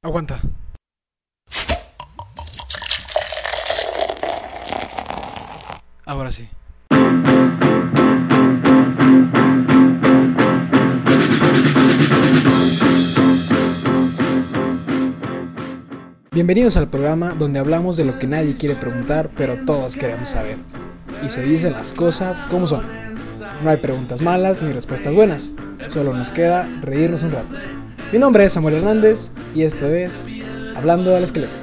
Aguanta. Ahora sí. Bienvenidos al programa donde hablamos de lo que nadie quiere preguntar, pero todos queremos saber. Y se dicen las cosas como son. No hay preguntas malas ni respuestas buenas. Solo nos queda reírnos un rato. Mi nombre es Samuel Hernández y esto es Hablando al Esqueleto.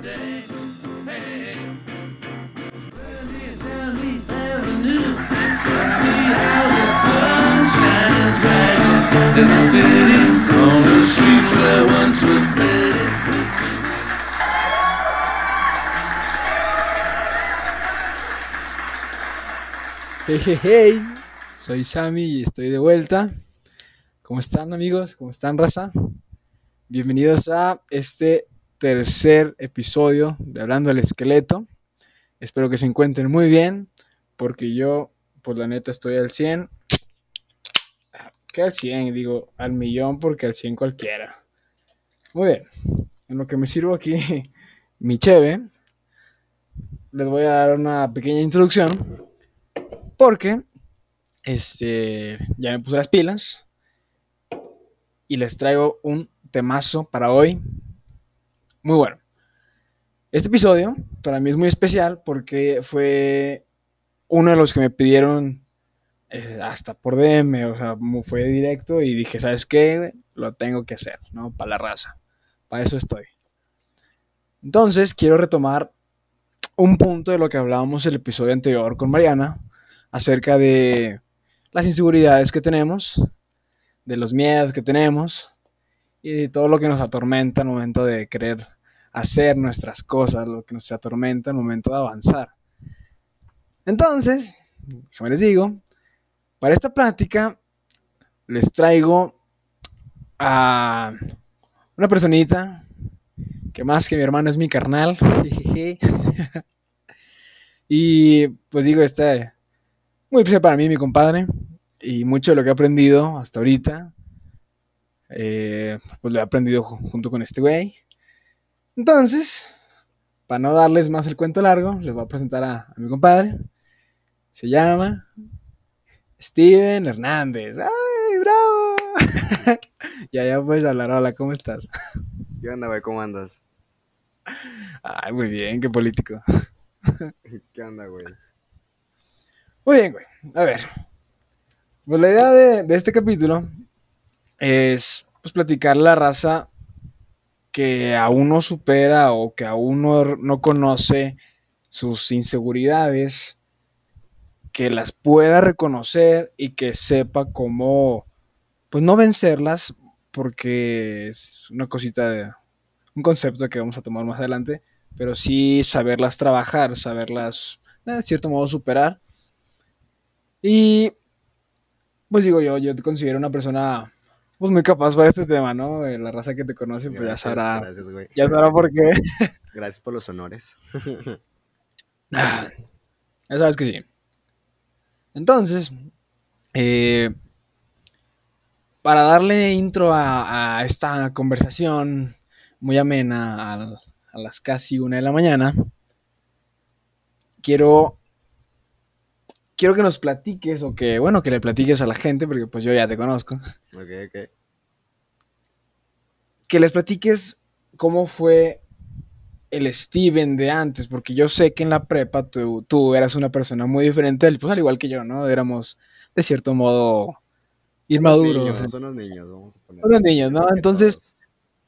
Hey, soy Sammy y estoy de vuelta. ¿Cómo están, amigos? ¿Cómo están, raza? Bienvenidos a este tercer episodio de Hablando al Esqueleto. Espero que se encuentren muy bien, porque yo, pues la neta, estoy al 100. ¿Qué al 100? Digo, al millón, porque al 100 cualquiera. Muy bien. En lo que me sirvo aquí mi cheve, les voy a dar una pequeña introducción, porque ya me puse las pilas y les traigo un temazo para hoy muy bueno. Este episodio para mí es muy especial porque fue uno de los que me pidieron hasta por DM, o sea, fue directo y dije, ¿sabes qué? Lo tengo que hacer, ¿no? Para la raza, para eso estoy. Entonces quiero retomar un punto de lo que hablábamos el episodio anterior con Mariana acerca de las inseguridades que tenemos, de los miedos que tenemos y de todo lo que nos atormenta al momento de querer hacer nuestras cosas, lo que nos atormenta al momento de avanzar. Entonces, como les digo, para esta plática les traigo a una personita que más que mi hermano es mi carnal. Y pues digo, está muy especial para mí, mi compadre, y mucho de lo que he aprendido hasta ahorita, pues lo he aprendido junto con este güey. Entonces, para no darles más el cuento largo, les voy a presentar a mi compadre. Se llama Steven Hernández. ¡Ay, bravo! Ya puedes hablar. Hola, ¿cómo estás? ¿Qué onda, güey? ¿Cómo andas? Ay, muy bien, qué político. ¿Qué onda, güey? Muy bien, güey. A ver, pues la idea de este capítulo es pues platicar la raza que aún no supera o que aún no conoce sus inseguridades, que las pueda reconocer y que sepa cómo, pues no vencerlas, porque es una cosita de un concepto que vamos a tomar más adelante, pero sí saberlas trabajar, saberlas de cierto modo superar. Y pues digo yo te considero una persona pues muy capaz para este tema, ¿no? La raza que te conoce pues Gracias, güey. ya sabrá por qué. Gracias por los honores. Ya sabes que sí. Entonces, eh, para darle intro a esta conversación muy amena a las casi 1 de la mañana, quiero, quiero que nos platiques, o que, bueno, que le platiques a la gente, porque pues yo ya te conozco, Ok. que les platiques cómo fue el Steven de antes, porque yo sé que en la prepa tú eras una persona muy diferente, pues al igual que yo, ¿no? Éramos, de cierto modo, inmaduros, Son los niños, vamos a unos ponerlo así, niños, ¿no? igual que Entonces, todos.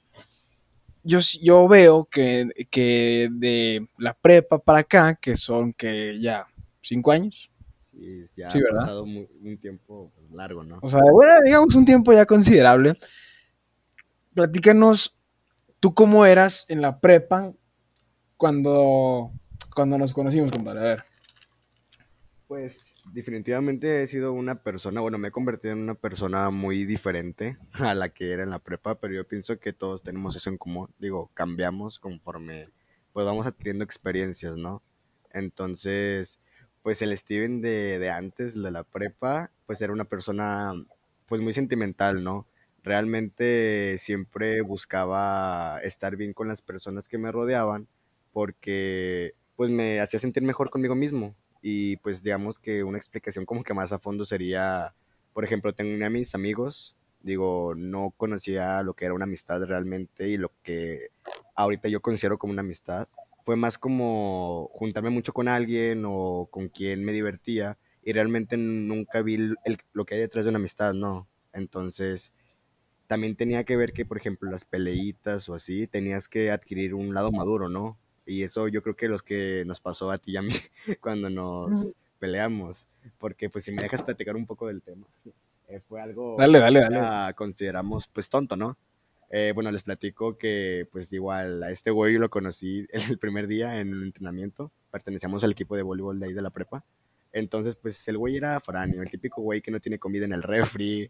yo veo que de la prepa para acá, que son que ya 5 años, Sí, ya sí, ha ¿verdad? pasado un tiempo pues, largo, ¿no? O sea, bueno, digamos un tiempo ya considerable. Platícanos, ¿tú cómo eras en la prepa cuando, cuando nos conocimos, compadre? A ver. Pues definitivamente he sido una persona, bueno, me he convertido en una persona muy diferente a la que era en la prepa, pero yo pienso que todos tenemos eso en común. Digo, cambiamos conforme pues vamos adquiriendo experiencias, ¿no? Entonces, pues el Steven de antes, de la prepa, pues era una persona pues muy sentimental, ¿no? Realmente siempre buscaba estar bien con las personas que me rodeaban porque pues me hacía sentir mejor conmigo mismo. Y pues digamos que una explicación como que más a fondo sería, por ejemplo, tenía a mis amigos, digo, no conocía lo que era una amistad realmente y lo que ahorita yo considero como una amistad. Fue más como juntarme mucho con alguien o con quien me divertía y realmente nunca vi lo que hay detrás de una amistad, ¿no? Entonces, también tenía que ver que, por ejemplo, las peleitas o así, tenías que adquirir un lado maduro, ¿no? Y eso yo creo que los que nos pasó a ti y a mí cuando nos peleamos, porque pues si me dejas platicar un poco del tema, fue algo Dale, que dale, dale. ahorita consideramos pues tonto, ¿no? Bueno, les platico que pues igual a este güey lo conocí el primer día en un entrenamiento, pertenecíamos al equipo de voleibol de ahí de la prepa. Entonces, pues el güey era foráneo, el típico güey que no tiene comida en el refri,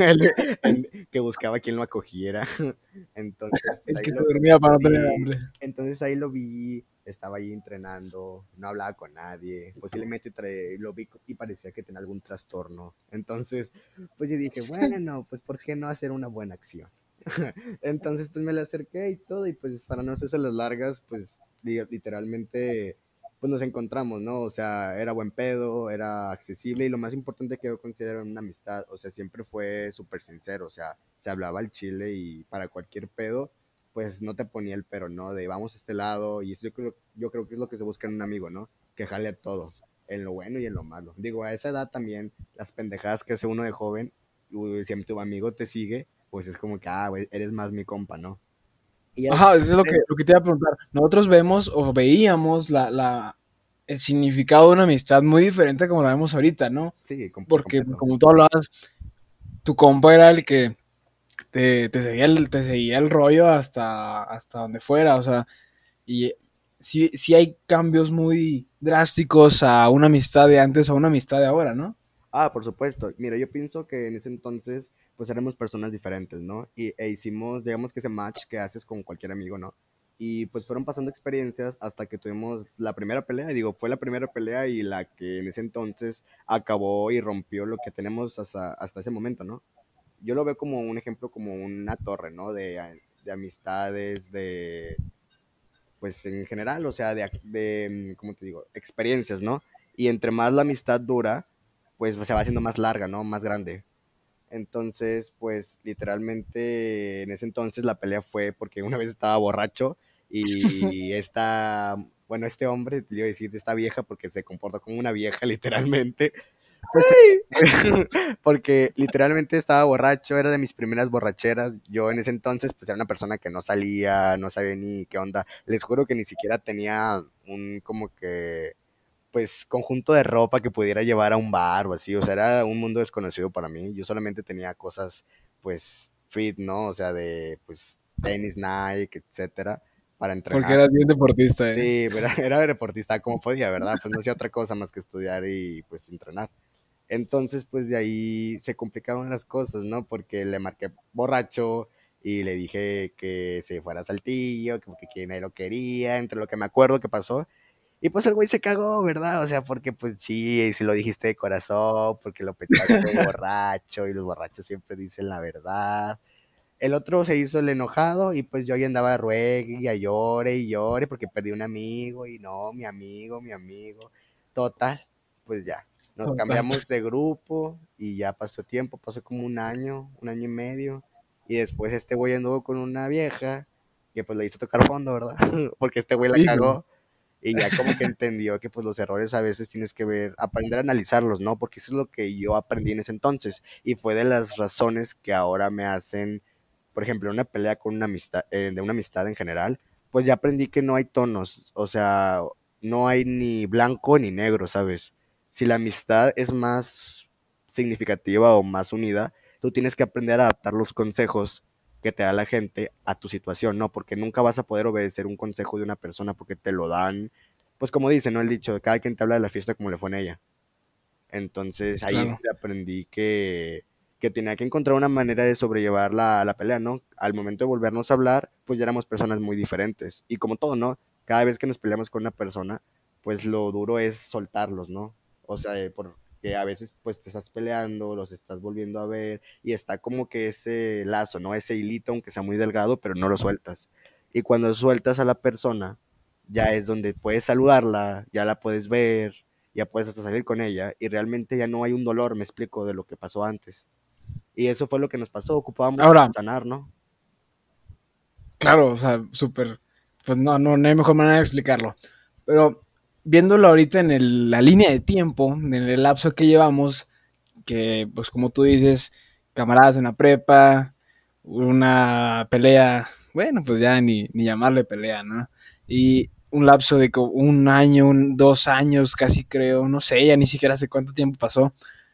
que buscaba quien lo acogiera. Entonces, pues El ahí que se lo, dormía para no tener sí, hambre. entonces ahí lo vi, estaba ahí entrenando, no hablaba con nadie, posiblemente lo vi y parecía que tenía algún trastorno. Entonces, pues yo dije, bueno, pues ¿por qué no hacer una buena acción? Entonces, pues me le acerqué y todo, y pues para no hacerse las largas, pues literalmente, pues nos encontramos, ¿no? O sea, era buen pedo, era accesible, y lo más importante que yo considero en una amistad, o sea, siempre fue súper sincero, o sea, se hablaba al chile y para cualquier pedo, pues no te ponía el pero, ¿no? De vamos a este lado, y eso yo creo que es lo que se busca en un amigo, ¿no? Que jale a todo, en lo bueno y en lo malo. Digo, a esa edad también, las pendejadas que hace uno de joven, si tu amigo te sigue, pues es como que, güey, eres más mi compa, ¿no? Y ya Ajá, después, eso es lo que te iba a preguntar. Nosotros vemos o veíamos el significado de una amistad muy diferente como la vemos ahorita, ¿no? sí, por Porque completo. como tú hablabas, tu compa era el que te seguía el rollo hasta donde fuera, o sea, y sí hay cambios muy drásticos a una amistad de antes a una amistad de ahora, ¿no? Por supuesto. Mira, yo pienso que en ese entonces, pues éramos personas diferentes, ¿no? E hicimos, digamos que ese match que haces con cualquier amigo, ¿no? Y pues fueron pasando experiencias hasta que tuvimos la primera pelea. Y digo, fue la primera pelea y la que en ese entonces acabó y rompió lo que tenemos hasta ese momento, ¿no? Yo lo veo como un ejemplo, como una torre, ¿no? De amistades, pues en general, o sea, ¿cómo te digo? Experiencias, ¿no? Y entre más la amistad dura, pues se va haciendo más larga, ¿no? Más grande. Entonces, pues literalmente en ese entonces la pelea fue porque una vez estaba borracho y bueno, este hombre, te iba a decir, esta vieja porque se comportó como una vieja literalmente, pues porque literalmente estaba borracho, era de mis primeras borracheras. Yo en ese entonces pues era una persona que no salía, no sabía ni qué onda. Les juro que ni siquiera tenía un como que pues conjunto de ropa que pudiera llevar a un bar o así, o sea, era un mundo desconocido para mí. Yo solamente tenía cosas pues fit, ¿no? O sea, de pues tenis Nike, etcétera, para Porque entrenar. eras bien deportista, ¿eh? Sí, era deportista como podía, ¿verdad? Pues no hacía otra cosa más que estudiar y pues entrenar. Entonces, pues de ahí se complicaron las cosas, ¿no? Porque le marqué borracho y le dije que se fuera a Saltillo, que nadie lo quería, entre lo que me acuerdo que pasó. Y pues el güey se cagó, ¿verdad? O sea, porque pues sí, si lo dijiste de corazón, porque lo pensaste borracho y los borrachos siempre dicen la verdad. El otro se hizo el enojado y pues yo ahí andaba ruegue y llore porque perdí un amigo y no, mi amigo. Total, pues ya, nos Total. cambiamos de grupo y ya pasó tiempo, pasó como un año y medio. Y después este güey anduvo con una vieja que pues le hizo tocar fondo, ¿verdad? Porque este güey la Híjole. cagó y ya como que entendió que pues los errores a veces tienes que ver, aprender a analizarlos, ¿no? Porque eso es lo que yo aprendí en ese entonces y fue de las razones que ahora me hacen, por ejemplo, una pelea con una amistad, de una amistad en general, pues ya aprendí que no hay tonos, o sea, no hay ni blanco ni negro, ¿sabes? Si la amistad es más significativa o más unida, tú tienes que aprender a adaptar los consejos que te da la gente a tu situación, ¿no? Porque nunca vas a poder obedecer un consejo de una persona porque te lo dan, pues como dice, ¿no? El dicho, cada quien te habla de la fiesta como le fue en ella. Entonces ahí es Claro. donde aprendí que tenía que encontrar una manera de sobrellevar la pelea, ¿no? Al momento de volvernos a hablar, pues ya éramos personas muy diferentes. Y como todo, ¿no? Cada vez que nos peleamos con una persona, pues lo duro es soltarlos, ¿no? O sea, que a veces pues te estás peleando, los estás volviendo a ver y está como que ese lazo, ¿no? Ese hilito, aunque sea muy delgado, pero no lo sueltas. Y cuando sueltas a la persona, ya es donde puedes saludarla, ya la puedes ver, ya puedes hasta salir con ella y realmente ya no hay un dolor, me explico, de lo que pasó antes. Y eso fue lo que nos pasó, ocupábamos Ahora, sanar, ¿no? claro, o sea, súper, pues no hay mejor manera de explicarlo. Pero viéndolo ahorita en la línea de tiempo, en el lapso que llevamos, que pues como tú dices, camaradas en la prepa, una pelea, bueno, pues ya ni llamarle pelea, ¿no? Y un lapso de un año, 2 años casi creo, no sé, ya ni siquiera sé cuánto tiempo pasó.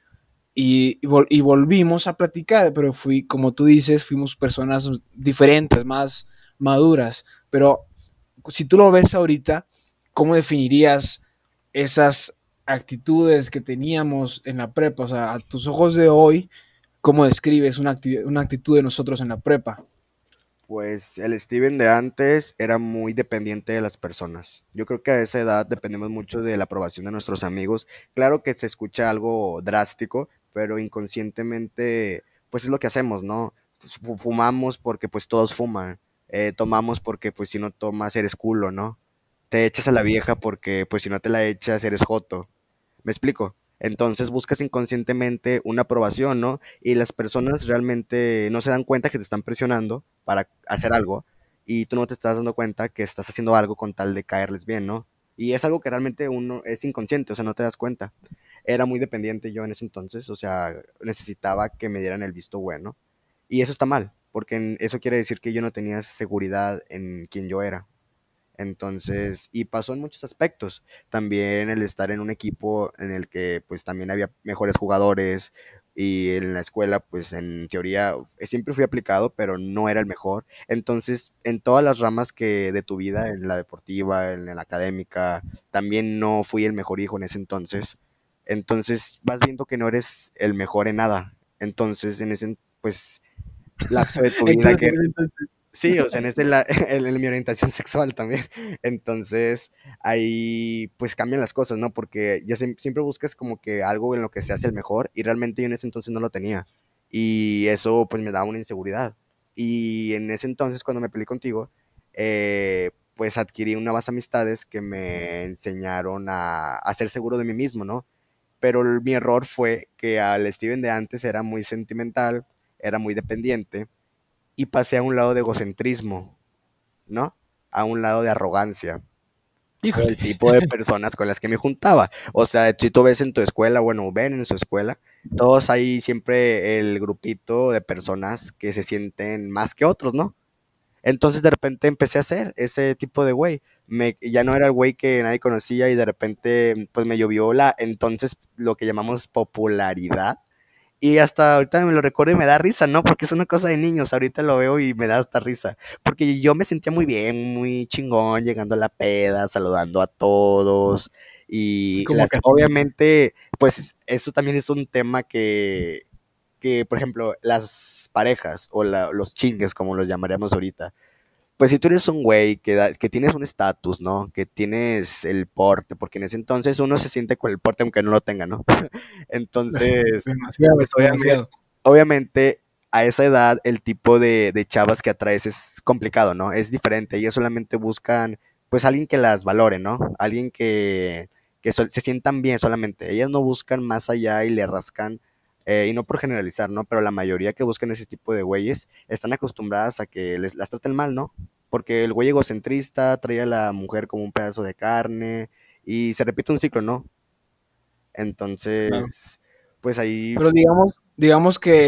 Y volvimos a platicar, pero como tú dices, fuimos personas diferentes, más maduras. Pero si tú lo ves ahorita, ¿cómo definirías esas actitudes que teníamos en la prepa? O sea, a tus ojos de hoy, ¿cómo describes una actitud de nosotros en la prepa? Pues el Steven de antes era muy dependiente de las personas. Yo creo que a esa edad dependemos mucho de la aprobación de nuestros amigos. Claro que se escucha algo drástico, pero inconscientemente, pues es lo que hacemos, ¿no? Fumamos porque pues todos fuman. Tomamos porque pues si no tomas eres culo, ¿no? Te echas a la vieja porque pues si no te la echas eres joto. ¿Me explico? Entonces buscas inconscientemente una aprobación, ¿no? Y las personas realmente no se dan cuenta que te están presionando para hacer algo y tú no te estás dando cuenta que estás haciendo algo con tal de caerles bien, ¿no? Y es algo que realmente uno es inconsciente, o sea, no te das cuenta. Era muy dependiente yo en ese entonces, o sea, necesitaba que me dieran el visto bueno. Y eso está mal, porque eso quiere decir que yo no tenía seguridad en quién yo era. Entonces, y pasó en muchos aspectos. También el estar en un equipo en el que pues también había mejores jugadores y en la escuela pues en teoría siempre fui aplicado, pero no era el mejor. Entonces, en todas las ramas que de tu vida, en la deportiva, en la académica, también no fui el mejor hijo en ese entonces. Entonces, vas viendo que no eres el mejor en nada. Entonces, en ese pues lapso de tu vida que Entonces, sí, o sea, en, en mi orientación sexual también. Entonces, ahí pues cambian las cosas, ¿no? Porque ya siempre buscas como que algo en lo que se hace el mejor y realmente yo en ese entonces no lo tenía. Y eso pues me daba una inseguridad. Y en ese entonces cuando me peleé contigo, pues adquirí nuevas amistades que me enseñaron a ser seguro de mí mismo, ¿no? Pero mi error fue que al Steven de antes era muy sentimental, era muy dependiente y pasé a un lado de egocentrismo, ¿no? A un lado de arrogancia por híjole. el tipo de personas con las que me juntaba. O sea, si tú ves en tu escuela, bueno, ven en su escuela, todos hay siempre el grupito de personas que se sienten más que otros, ¿no? Entonces de repente empecé a ser ese tipo de güey. Ya no era el güey que nadie conocía y de repente pues me llovió la entonces lo que llamamos popularidad y hasta ahorita me lo recuerdo y me da risa, ¿no? Porque es una cosa de niños, ahorita lo veo y me da hasta risa. Porque yo me sentía muy bien, muy chingón, llegando a la peda, saludando a todos. Y Como Casimiro. obviamente, pues eso también es un tema por ejemplo, las parejas o los chingues, como los llamaríamos ahorita, pues si tú eres un güey que tienes un estatus, ¿no? Que tienes el porte, porque en ese entonces uno se siente con el porte aunque no lo tenga, ¿no? Entonces, Demasiado, pues demasiado. obviamente a esa edad el tipo de chavas que atraes es complicado, ¿no? Es diferente. Ellas solamente buscan, pues, alguien que las valore, ¿no? Alguien se sientan bien solamente. Ellas no buscan más allá y le rascan, y no por generalizar, ¿no? Pero la mayoría que buscan ese tipo de güeyes están acostumbradas a que las traten mal, ¿no? Porque el güey egocentrista trae a la mujer como un pedazo de carne y se repite un ciclo, ¿no? Claro. Entonces, pues ahí, Pero digamos que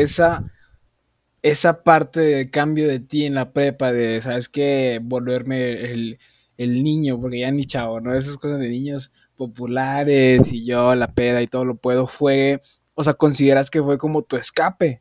esa parte de cambio de ti en la prepa, de, ¿sabes qué? Volverme el niño, porque ya ni chavo, ¿no? Esas cosas de niños populares y yo, la peda y todo lo puedo, o sea, ¿consideras que fue como tu escape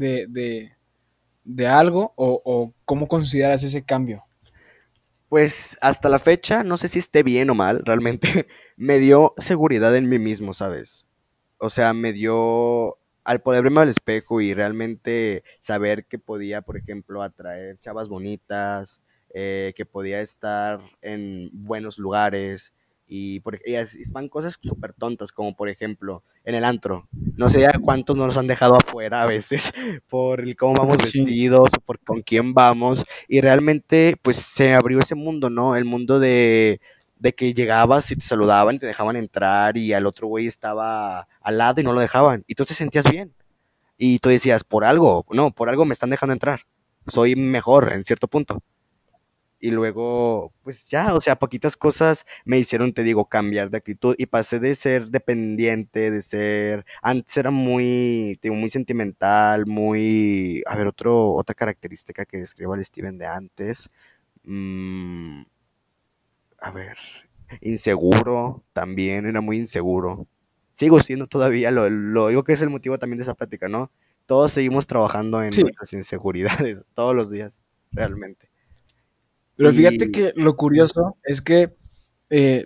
de algo o cómo consideras ese cambio? pues hasta la fecha, no sé si esté bien o mal, realmente me dio seguridad en mí mismo, ¿sabes? O sea, me dio al poder verme al espejo y realmente saber que podía, por ejemplo, atraer chavas bonitas, que podía estar en buenos lugares, Y van cosas súper tontas, como por ejemplo, en el antro. No sé ya cuántos nos han dejado afuera a veces por el cómo vamos Sí. vestidos, por con quién vamos. Y realmente, pues se abrió ese mundo, ¿no? El mundo de que llegabas y te saludaban y te dejaban entrar y al otro güey estaba al lado y no lo dejaban. Y tú te sentías bien. Y tú decías, por algo, no, por algo me están dejando entrar. Soy mejor en cierto punto. Y luego, pues ya, o sea, poquitas cosas me hicieron, te digo, cambiar de actitud y pasé de ser dependiente, antes era muy, te digo, muy sentimental, muy, a ver, otra característica que describo al Steven de antes, mm, a ver, inseguro, también era muy inseguro. Sigo siendo todavía, lo digo que es el motivo también de esa plática, ¿no? Todos seguimos trabajando en Sí, nuestras inseguridades, todos los días, realmente. pero fíjate Y que lo curioso es que eh,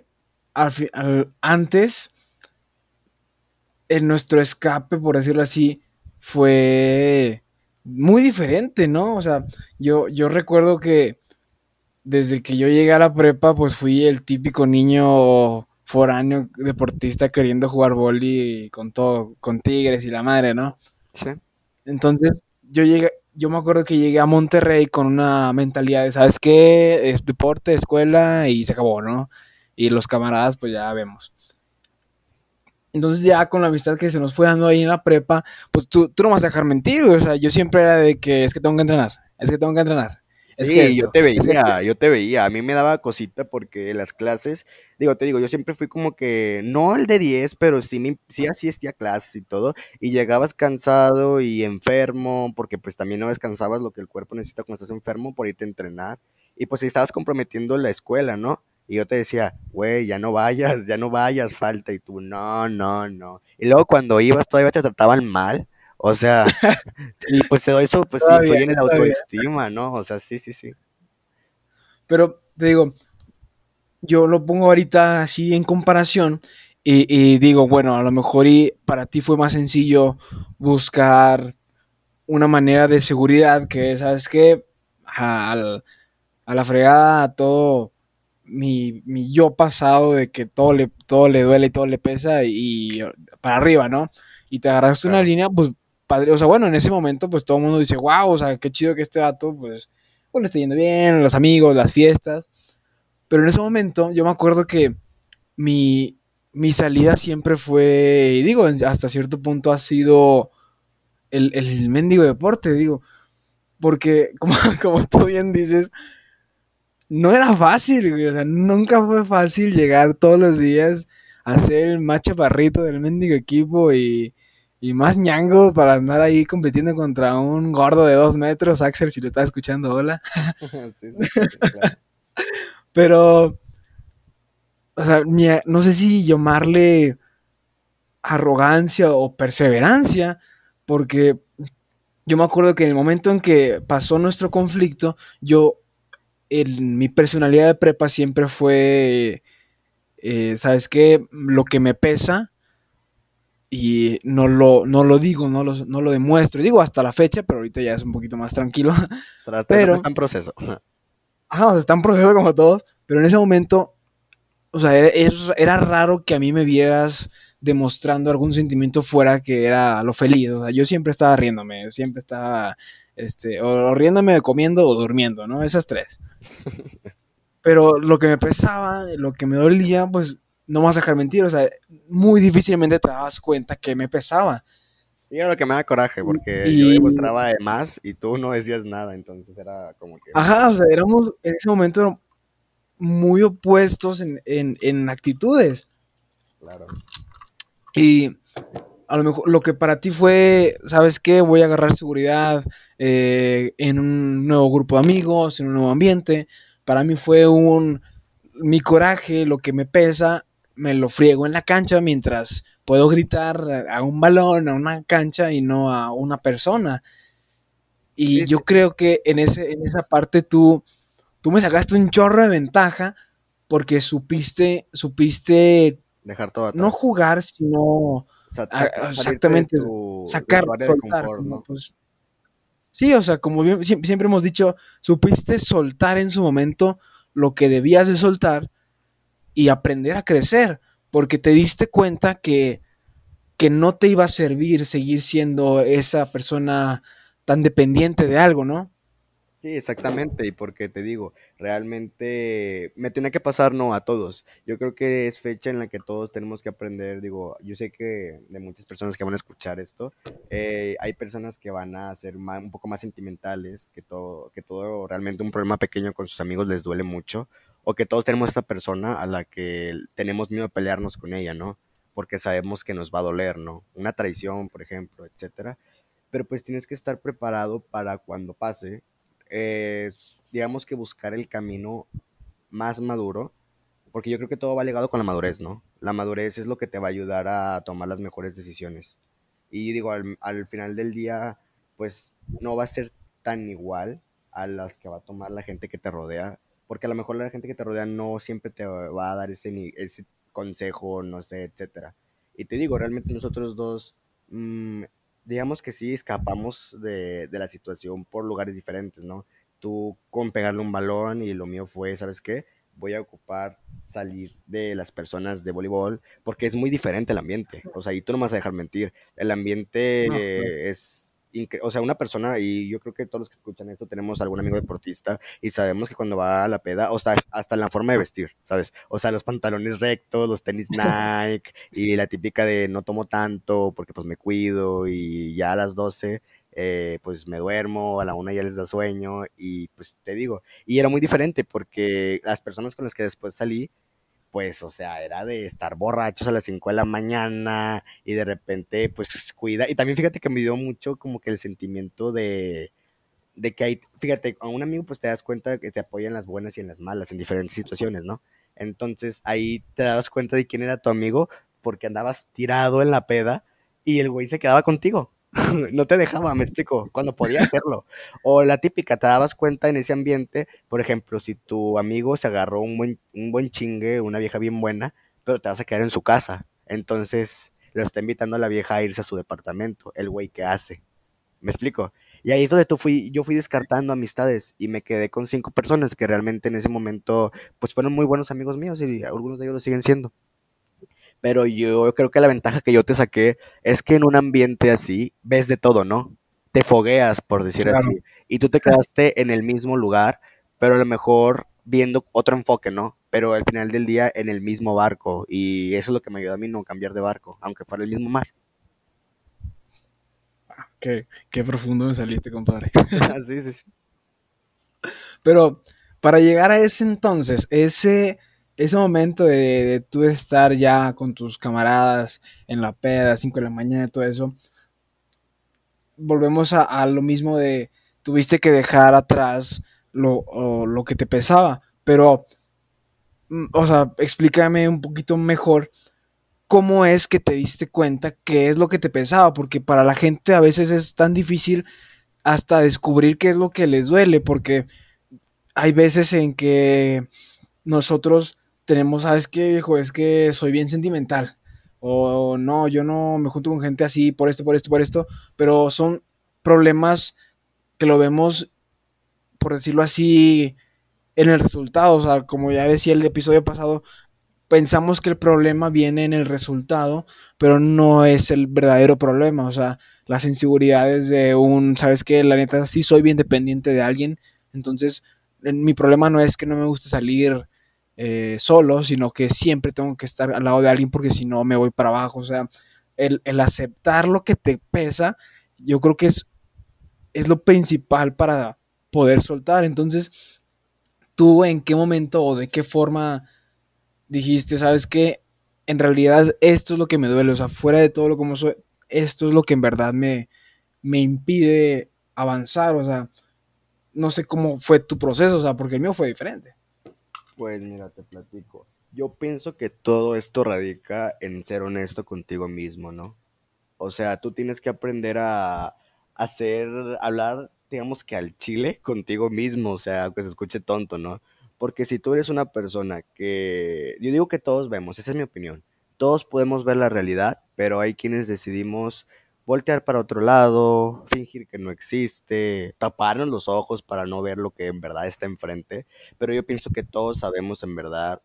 antes en nuestro escape, por decirlo así, fue muy diferente, ¿no? O sea, yo recuerdo que desde que yo llegué a la prepa, pues fui el típico niño foráneo deportista queriendo jugar vóley con todo, con Tigres y la madre, ¿no? sí. Entonces, yo me acuerdo que llegué a Monterrey con una mentalidad de, ¿sabes qué? Es deporte, escuela y se acabó, ¿no? Y los camaradas, pues ya vemos. Entonces ya con la amistad que se nos fue dando ahí en la prepa, pues tú no vas a dejar mentir, güey. O sea, yo siempre era de que es que tengo que entrenar, es que tengo que entrenar, es que Sí, esto, es que aquello. yo te veía, a mí me daba cosita porque las clases, digo, te digo, yo siempre fui como que, no el de 10 pero sí asistía a clases y todo, y llegabas cansado y enfermo, porque pues también no descansabas lo que el cuerpo necesita cuando estás enfermo por irte a entrenar, y pues si estabas comprometiendo la escuela, ¿no? Y yo te decía, güey, ya no vayas, falta, y tú, no, no, no. Y luego cuando ibas todavía te trataban mal, o sea, y pues todo eso, pues sí, Todavía, influye en el todavía. autoestima, ¿no? O sea, sí, sí, sí. Pero te digo, yo lo pongo ahorita así en comparación y digo, bueno, a lo mejor y para ti fue más sencillo buscar una manera de seguridad que, ¿sabes qué? A la fregada a todo mi yo pasado de que todo le duele y todo le pesa y para arriba, ¿no? Y te agarraste una Claro. línea, pues padre, o sea, bueno, en ese momento pues todo el mundo dice, wow, o sea, qué chido que este dato pues le está yendo bien, los amigos, las fiestas, pero en ese momento yo me acuerdo que mi salida siempre fue, y digo, hasta cierto punto ha sido el mendigo deporte, digo, porque como tú bien dices, no era fácil, güey, o sea, nunca fue fácil llegar todos los días a ser el más chaparrito del mendigo equipo y más ñango para andar ahí compitiendo contra un gordo de 2 metros, Axel, si lo estás escuchando, hola. Sí, sí, sí, claro. Pero, o sea, no sé si llamarle arrogancia o perseverancia, porque yo me acuerdo que en el momento en que pasó nuestro conflicto, mi personalidad de prepa siempre fue ¿sabes qué? Lo que me pesa y no lo digo, no lo demuestro. Digo hasta la fecha, pero ahorita ya es un poquito más tranquilo. Está Pero, en proceso. ajá, o sea, está en proceso como todos, pero en ese momento, o sea, era raro que a mí me vieras demostrando algún sentimiento fuera que era lo feliz. O sea, yo siempre estaba riéndome, siempre estaba, o riéndome, comiendo o durmiendo, ¿no? Esas tres. Pero lo que me pesaba, lo que me dolía, pues no me vas a dejar mentir, o sea, muy difícilmente te dabas cuenta que me pesaba. Y era lo que me da coraje, porque yo Y, demostraba de más y tú no decías nada, entonces era como que muy ajá, o sea, incómodo. éramos en ese momento muy opuestos en actitudes. Claro. Y a lo mejor lo que para ti fue, ¿sabes qué? Voy a agarrar seguridad en un nuevo grupo de amigos, en un nuevo ambiente. Para mí fue mi coraje, lo que me pesa, me lo friego en la cancha mientras puedo gritar a un balón, a una cancha y no a una persona. Y Sí, sí, yo sí. creo que en esa parte tú me sacaste un chorro de ventaja porque supiste Dejar todo no atrás. jugar, sino O sea, salirte exactamente de sacar, tu área de soltar, confort, como ¿no? pues sí, o sea, como siempre hemos dicho, supiste soltar en su momento lo que debías de soltar y aprender a crecer, porque te diste cuenta que no te iba a servir seguir siendo esa persona tan dependiente de algo, ¿no? Sí, exactamente, y porque te digo, realmente me tiene que pasar, no a todos. Yo creo que es fecha en la que todos tenemos que aprender, digo, yo sé que de muchas personas que van a escuchar esto, hay personas que van a ser un poco más sentimentales, que todo realmente un problema pequeño con sus amigos les duele mucho, o que todos tenemos esta persona a la que tenemos miedo de pelearnos con ella, ¿no? Porque sabemos que nos va a doler, ¿no? Una traición, por ejemplo, etcétera, pero pues tienes que estar preparado para cuando pase, eh, digamos que buscar el camino más maduro, porque yo creo que todo va ligado con la madurez, ¿no? La madurez es lo que te va a ayudar a tomar las mejores decisiones. Y digo, al final del día, pues no va a ser tan igual a las que va a tomar la gente que te rodea, porque a lo mejor la gente que te rodea no siempre te va a dar ese consejo, no sé, etcétera. Y te digo, realmente nosotros dos, mm, digamos que sí escapamos de la situación por lugares diferentes, ¿no? Tú con pegarle un balón y lo mío fue, ¿sabes qué? Voy a ocupar salir de las personas de voleibol porque es muy diferente el ambiente. O sea, y tú no me vas a dejar mentir. El ambiente No, claro. o sea, una persona, y yo creo que todos los que escuchan esto tenemos algún amigo deportista y sabemos que cuando va a la peda, o sea, hasta en la forma de vestir, ¿sabes? O sea, los pantalones rectos, los tenis Nike y la típica de no tomo tanto porque pues me cuido y ya a las 12 pues me duermo, a la 1 ya les da sueño y pues te digo, y era muy diferente porque las personas con las que después salí, pues, o sea, era de estar borrachos a las 5 de la mañana y de repente, pues, cuida. Y también fíjate que me dio mucho como que el sentimiento de que hay, fíjate, a un amigo pues te das cuenta que te apoya en las buenas y en las malas, en diferentes situaciones, ¿no? Entonces ahí te das cuenta de quién era tu amigo porque andabas tirado en la peda y el güey se quedaba contigo. No te dejaba, me explico, cuando podía hacerlo. O la típica, te dabas cuenta en ese ambiente, por ejemplo, si tu amigo se agarró un buen chingue, una vieja bien buena, pero te vas a quedar en su casa. Entonces lo está invitando a la vieja a irse a su departamento. El güey, ¿qué hace? ¿Me explico? Y ahí es donde yo fui descartando amistades y me quedé con 5 personas que realmente en ese momento pues fueron muy buenos amigos míos y algunos de ellos lo siguen siendo. Pero yo creo que la ventaja que yo te saqué es que en un ambiente así ves de todo, ¿no? Te fogueas, por decir Claro. así, y tú te quedaste en el mismo lugar, pero a lo mejor viendo otro enfoque, ¿no? Pero al final del día en el mismo barco y eso es lo que me ayudó a mí no cambiar de barco, aunque fuera el mismo mar. Qué profundo me saliste, compadre. Sí, sí, sí. Pero para llegar a ese entonces, ese momento de tú estar ya con tus camaradas en la peda, 5 de la mañana, todo eso, volvemos a lo mismo de tuviste que dejar atrás lo que te pesaba, pero, o sea, explícame un poquito mejor cómo es que te diste cuenta qué es lo que te pesaba, porque para la gente a veces es tan difícil hasta descubrir qué es lo que les duele, porque hay veces en que nosotros tenemos, ¿sabes qué, viejo? Es que soy bien sentimental. O no, yo no me junto con gente así por esto, por esto, por esto. Pero son problemas que lo vemos, por decirlo así, en el resultado. O sea, como ya decía el episodio pasado, pensamos que el problema viene en el resultado, pero no es el verdadero problema. O sea, las inseguridades de ¿sabes qué? La neta, sí soy bien dependiente de alguien. Entonces, mi problema no es que no me guste salir solo, sino que siempre tengo que estar al lado de alguien porque si no me voy para abajo. O sea, el aceptar lo que te pesa, yo creo que es lo principal para poder soltar. Entonces, ¿tú en qué momento o de qué forma dijiste, sabes qué? En realidad esto es lo que me duele, o sea, fuera de todo lo como soy, esto es lo que en verdad me impide avanzar, o sea, no sé cómo fue tu proceso, o sea, porque el mío fue diferente. Pues mira, te platico. Yo pienso que todo esto radica en ser honesto contigo mismo, ¿no? O sea, tú tienes que aprender a hacer, hablar, digamos que al chile contigo mismo, o sea, aunque se escuche tonto, ¿no? Porque si tú eres una persona que, yo digo que todos vemos, esa es mi opinión, todos podemos ver la realidad, pero hay quienes decidimos voltear para otro lado, fingir que no existe, taparnos los ojos para no ver lo que en verdad está enfrente, pero yo pienso que todos sabemos en verdad,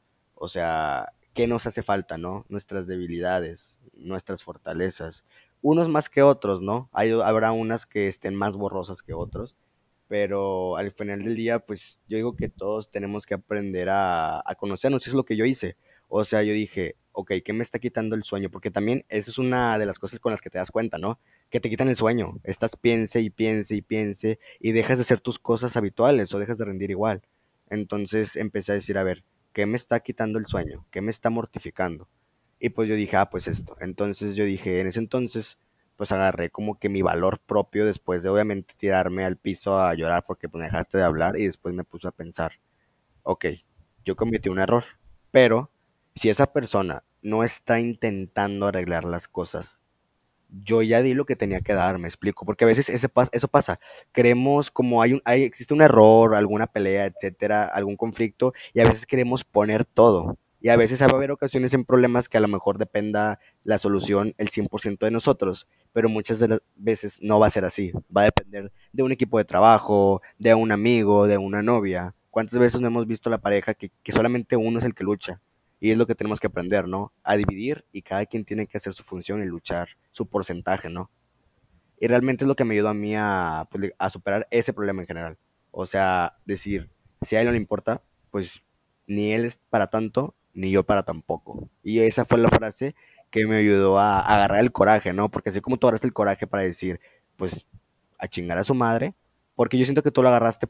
O sea, ¿qué nos hace falta, no? Nuestras debilidades, nuestras fortalezas. Unos más que otros, ¿no? Habrá unas que estén más borrosas que otros, pero al final del día, pues yo digo que todos tenemos que aprender a conocernos, es lo que yo hice. O sea, yo dije, ok, ¿qué me está quitando el sueño? Porque también esa es una de las cosas con las que te das cuenta, ¿no? Que te quitan el sueño. Estás piense y piense y piense y dejas de hacer tus cosas habituales o dejas de rendir igual. Entonces empecé a decir, a ver, ¿qué me está quitando el sueño? ¿Qué me está mortificando? Y pues yo dije, pues esto. Entonces yo dije, en ese entonces, pues agarré como que mi valor propio después de obviamente tirarme al piso a llorar porque pues me dejaste de hablar y después me puse a pensar, ok, yo cometí un error, pero si esa persona no está intentando arreglar las cosas, yo ya di lo que tenía que dar, me explico, porque a veces eso pasa, creemos como existe un error, alguna pelea, etcétera, algún conflicto, y a veces queremos poner todo, y a veces va a haber ocasiones en problemas que a lo mejor dependa la solución el 100% de nosotros, pero muchas de las veces no va a ser así, va a depender de un equipo de trabajo, de un amigo, de una novia. ¿Cuántas veces no hemos visto la pareja que solamente uno es el que lucha? Y es lo que tenemos que aprender, ¿no? A dividir y cada quien tiene que hacer su función y luchar su porcentaje, ¿no? Y realmente es lo que me ayudó a mí pues, a superar ese problema en general. O sea, decir, si a él no le importa, pues ni él es para tanto, ni yo para tampoco. Y esa fue la frase que me ayudó a agarrar el coraje, ¿no? Porque así como tú agarraste el coraje para decir, pues a chingar a su madre, porque yo siento que tú lo agarraste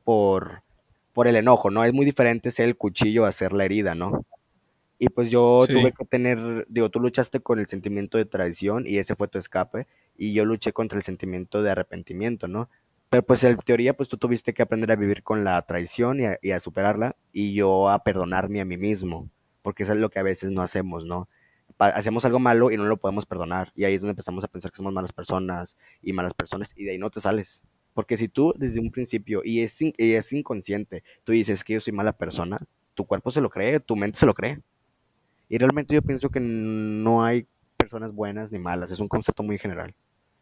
por el enojo, ¿no? Es muy diferente ser el cuchillo a ser la herida, ¿no? Y pues yo tuve Sí. que tener, digo, tú luchaste con el sentimiento de traición y ese fue tu escape, y yo luché contra el sentimiento de arrepentimiento, ¿no? Pero pues en teoría, pues tú tuviste que aprender a vivir con la traición y a superarla, y yo a perdonarme a mí mismo, porque eso es lo que a veces no hacemos, ¿no? Hacemos algo malo y no lo podemos perdonar, y ahí es donde empezamos a pensar que somos malas personas, y de ahí no te sales. Porque si tú desde un principio, y es inconsciente, tú dices que yo soy mala persona, tu cuerpo se lo cree, tu mente se lo cree. Y realmente yo pienso que no hay personas buenas ni malas, es un concepto muy general.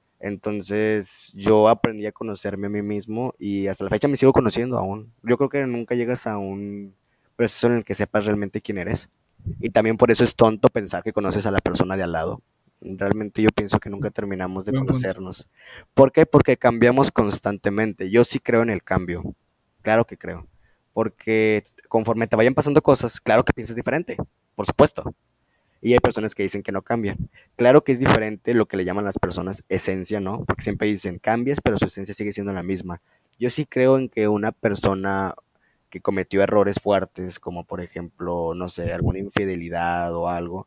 Entonces yo aprendí a conocerme a mí mismo y hasta la fecha me sigo conociendo aún. Yo creo que nunca llegas a un proceso en el que sepas realmente quién eres. Y también por eso es tonto pensar que conoces a la persona de al lado. Realmente yo pienso que nunca terminamos de Buen punto. conocernos. ¿Por qué? Porque cambiamos constantemente. Yo sí creo en el cambio. Claro que creo. Porque conforme te vayan pasando cosas, claro que piensas diferente. Por supuesto. Y hay personas que dicen que no cambian. Claro que es diferente lo que le llaman las personas esencia, ¿no? Porque siempre dicen cambias, pero su esencia sigue siendo la misma. Yo sí creo en que una persona que cometió errores fuertes, como por ejemplo, no sé, alguna infidelidad o algo,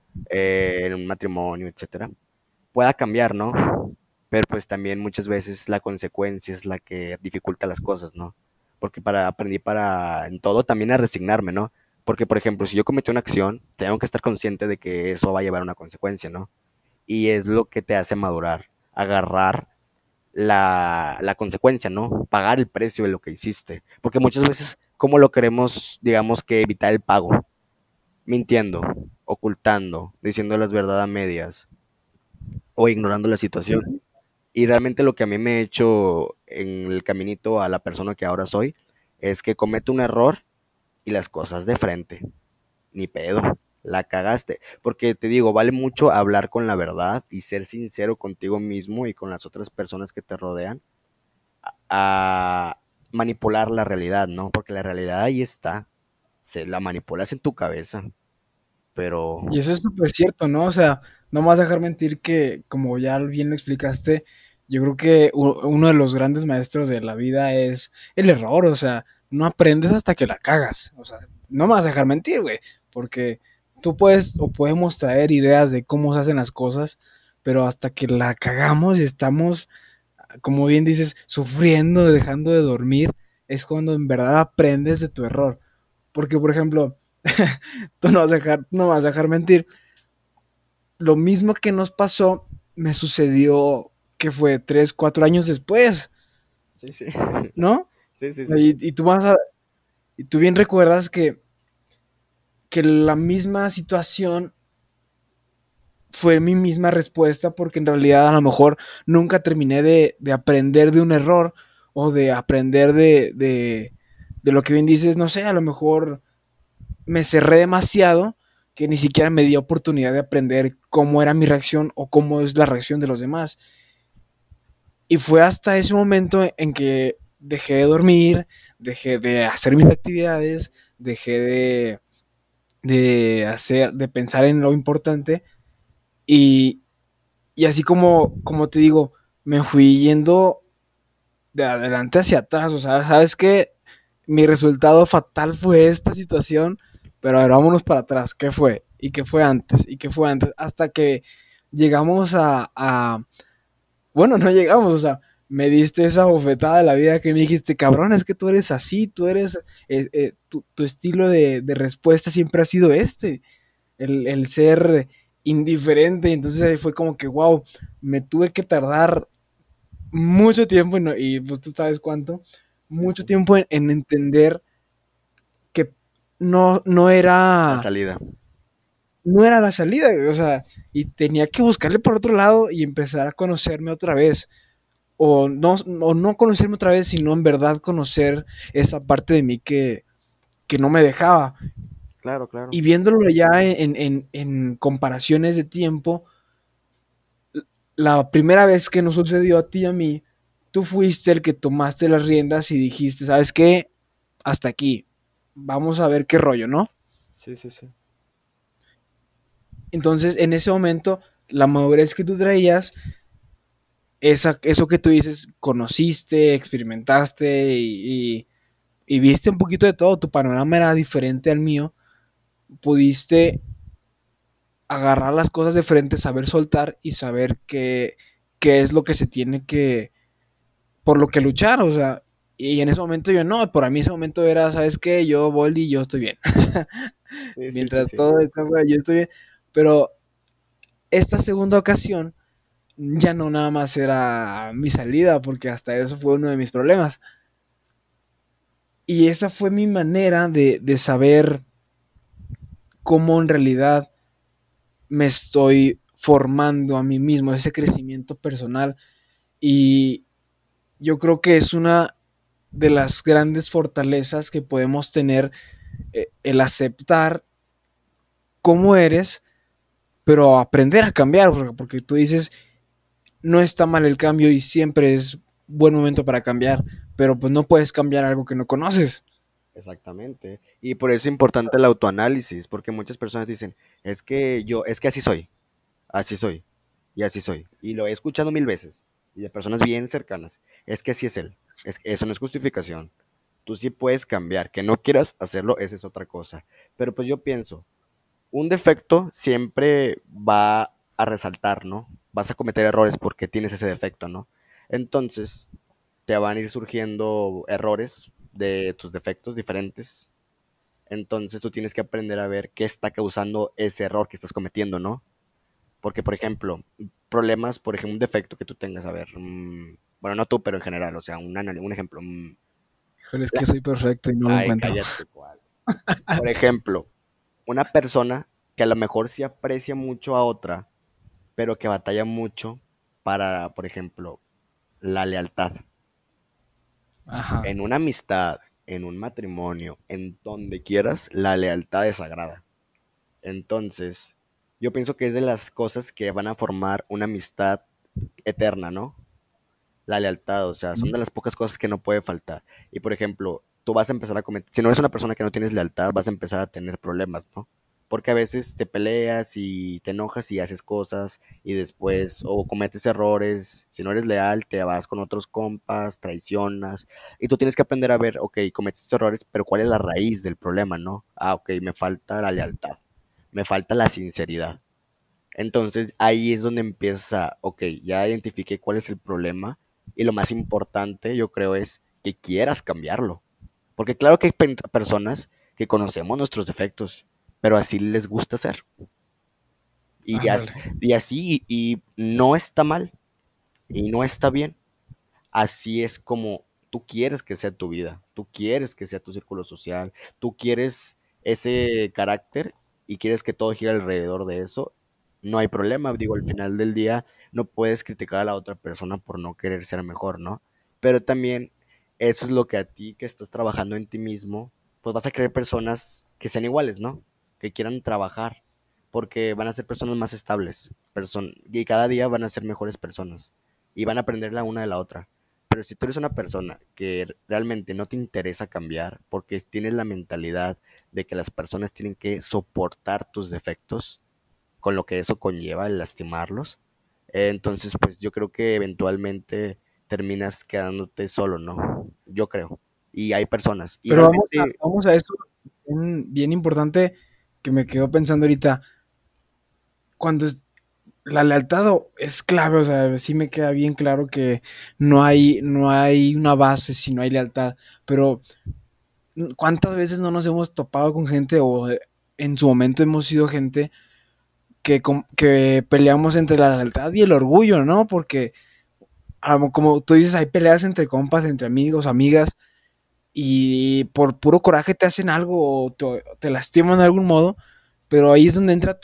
en un matrimonio, etcétera, pueda cambiar, ¿no? Pero pues también muchas veces la consecuencia es la que dificulta las cosas, ¿no? Porque aprendí en todo también a resignarme, ¿no? Porque, por ejemplo, si yo cometí una acción, tengo que estar consciente de que eso va a llevar a una consecuencia, ¿no? Y es lo que te hace madurar, agarrar la consecuencia, ¿no? Pagar el precio de lo que hiciste. Porque muchas veces, ¿cómo lo queremos, digamos que evitar el pago? Mintiendo, ocultando, diciendo las verdades a medias o ignorando la situación. Sí. Y realmente lo que a mí me ha hecho en el caminito a la persona que ahora soy es que cometo un error y las cosas de frente. Ni pedo, la cagaste. Porque te digo, vale mucho hablar con la verdad y ser sincero contigo mismo y con las otras personas que te rodean a manipular la realidad, ¿no? Porque la realidad ahí está. Se la manipulas en tu cabeza. Pero Y eso es súper cierto, ¿no? O sea, no me vas a dejar mentir que, como ya bien lo explicaste, yo creo que uno de los grandes maestros de la vida es el error, o sea, no aprendes hasta que la cagas, o sea, no me vas a dejar mentir, güey, porque tú puedes o podemos traer ideas de cómo se hacen las cosas, pero hasta que la cagamos y estamos, como bien dices, sufriendo, dejando de dormir, es cuando en verdad aprendes de tu error. Porque, por ejemplo, tú no me vas a dejar mentir. Lo mismo que nos pasó me sucedió que fue 3 4 años después, sí, sí. ¿no? Sí, sí, sí. Y y tú bien recuerdas que la misma situación fue mi misma respuesta porque en realidad a lo mejor nunca terminé de aprender de un error o de aprender de lo que bien dices, no sé, a lo mejor me cerré demasiado que ni siquiera me di oportunidad de aprender cómo era mi reacción o cómo es la reacción de los demás. Y fue hasta ese momento en que dejé de dormir, dejé de hacer mis actividades, dejé de pensar en lo importante y, y así como te digo, me fui yendo de adelante hacia atrás. O sea, sabes que mi resultado fatal fue esta situación, pero a ver, vámonos para atrás. ¿Qué fue? ¿Y qué fue antes? ¿Y qué fue antes? Hasta que llegamos bueno, no llegamos, o sea, me diste esa bofetada de la vida que me dijiste, cabrón, es que tú eres así, tú eres, tu estilo de respuesta siempre ha sido el ser indiferente. Entonces ahí fue como que, wow, me tuve que tardar mucho tiempo, y pues tú sabes cuánto, Sí, mucho sí. tiempo en entender que no La era, salida. no era la salida, o sea, y tenía que buscarle por otro lado y empezar a conocerme otra vez. O no conocerme otra vez, sino en verdad conocer esa parte de mí que no me dejaba. Claro, claro. Y viéndolo ya en comparaciones de tiempo, la primera vez que nos sucedió a ti y a mí, tú fuiste el que tomaste las riendas y dijiste, ¿sabes qué? Hasta aquí. Vamos a ver qué rollo, ¿no? Sí, sí, sí. Entonces, en ese momento, la madurez que tú traías, eso que tú dices, conociste, experimentaste y viste un poquito de todo, tu panorama era diferente al mío, pudiste agarrar las cosas de frente, saber soltar y saber qué es lo que se tiene por lo que luchar. O sea, y en ese momento yo no, para mí ese momento era, ¿sabes qué? Yo, Boli, yo estoy bien. Sí, sí, sí, Mientras sí. todo está fuera, yo estoy bien. Pero esta segunda ocasión ya no nada más era mi salida, porque hasta eso fue uno de mis problemas. Y esa fue mi manera de saber cómo en realidad me estoy formando a mí mismo, ese crecimiento personal. Y yo creo que es una de las grandes fortalezas que podemos tener, el aceptar cómo eres, pero aprender a cambiar, porque tú dices, no está mal el cambio y siempre es buen momento para cambiar, pero pues no puedes cambiar algo que no conoces. Exactamente. Y por eso es importante el autoanálisis, porque muchas personas dicen, es que así soy, y así soy. Y lo he escuchado mil veces, y de personas bien cercanas. Es que así es él. Es que eso no es justificación. Tú sí puedes cambiar. Que no quieras hacerlo, esa es otra cosa. Pero pues yo pienso, un defecto siempre va a resaltar, ¿no? Vas a cometer errores porque tienes ese defecto, ¿no? Entonces, te van a ir surgiendo errores de tus defectos diferentes. Entonces, tú tienes que aprender a ver qué está causando ese error que estás cometiendo, ¿no? Porque, por ejemplo, problemas, por ejemplo, un defecto que tú tengas, a ver, bueno, no tú, pero en general, o sea, un ejemplo. Híjole, es La- que soy perfecto y no lo Ay, encuentro. cállate, ¿cuál? Por ejemplo, una persona que a lo mejor sí aprecia mucho a otra, pero que batalla mucho para, por ejemplo, la lealtad. Ajá. En una amistad, en un matrimonio, en donde quieras, la lealtad es sagrada. Entonces, yo pienso que es de las cosas que van a formar una amistad eterna, ¿no? La lealtad, o sea, son de las pocas cosas que no puede faltar. Y por ejemplo, tú vas a empezar a cometer, si no eres una persona que no tienes lealtad, vas a empezar a tener problemas, ¿no? Porque a veces te peleas y te enojas y haces cosas y después o cometes errores, si no eres leal, te vas con otros compas, traicionas y tú tienes que aprender a ver, ok, cometiste errores, pero ¿cuál es la raíz del problema, no? Ah, ok, me falta la lealtad, me falta la sinceridad. Entonces ahí es donde empieza, ok, ya identifiqué cuál es el problema y lo más importante yo creo es que quieras cambiarlo. Porque claro que hay personas que conocemos nuestros defectos, pero así les gusta ser. Y, Ándale. y así, y no está mal, y no está bien. Así es como tú quieres que sea tu vida, tú quieres que sea tu círculo social, tú quieres ese carácter y quieres que todo gire alrededor de eso, no hay problema. Digo, al final del día no puedes criticar a la otra persona por no querer ser mejor, ¿no? Pero también eso es lo que a ti que estás trabajando en ti mismo, pues vas a querer personas que sean iguales, ¿no? Que quieran trabajar, porque van a ser personas más estables, y cada día van a ser mejores personas y van a aprender la una de la otra. Pero si tú eres una persona que realmente no te interesa cambiar, porque tienes la mentalidad de que las personas tienen que soportar tus defectos, con lo que eso conlleva, el lastimarlos, entonces pues yo creo que eventualmente terminas quedándote solo, ¿no? Yo creo. Y hay personas. Y Pero realmente, vamos a eso, bien importante que me quedo pensando ahorita. Cuando la lealtad es clave, o sea, sí me queda bien claro que no hay una base si no hay lealtad, pero ¿cuántas veces no nos hemos topado con gente o en su momento hemos sido gente que peleamos entre la lealtad y el orgullo, ¿no? Porque como tú dices, hay peleas entre compas, entre amigos, amigas, y por puro coraje te hacen algo o te lastiman de algún modo, pero ahí es donde entra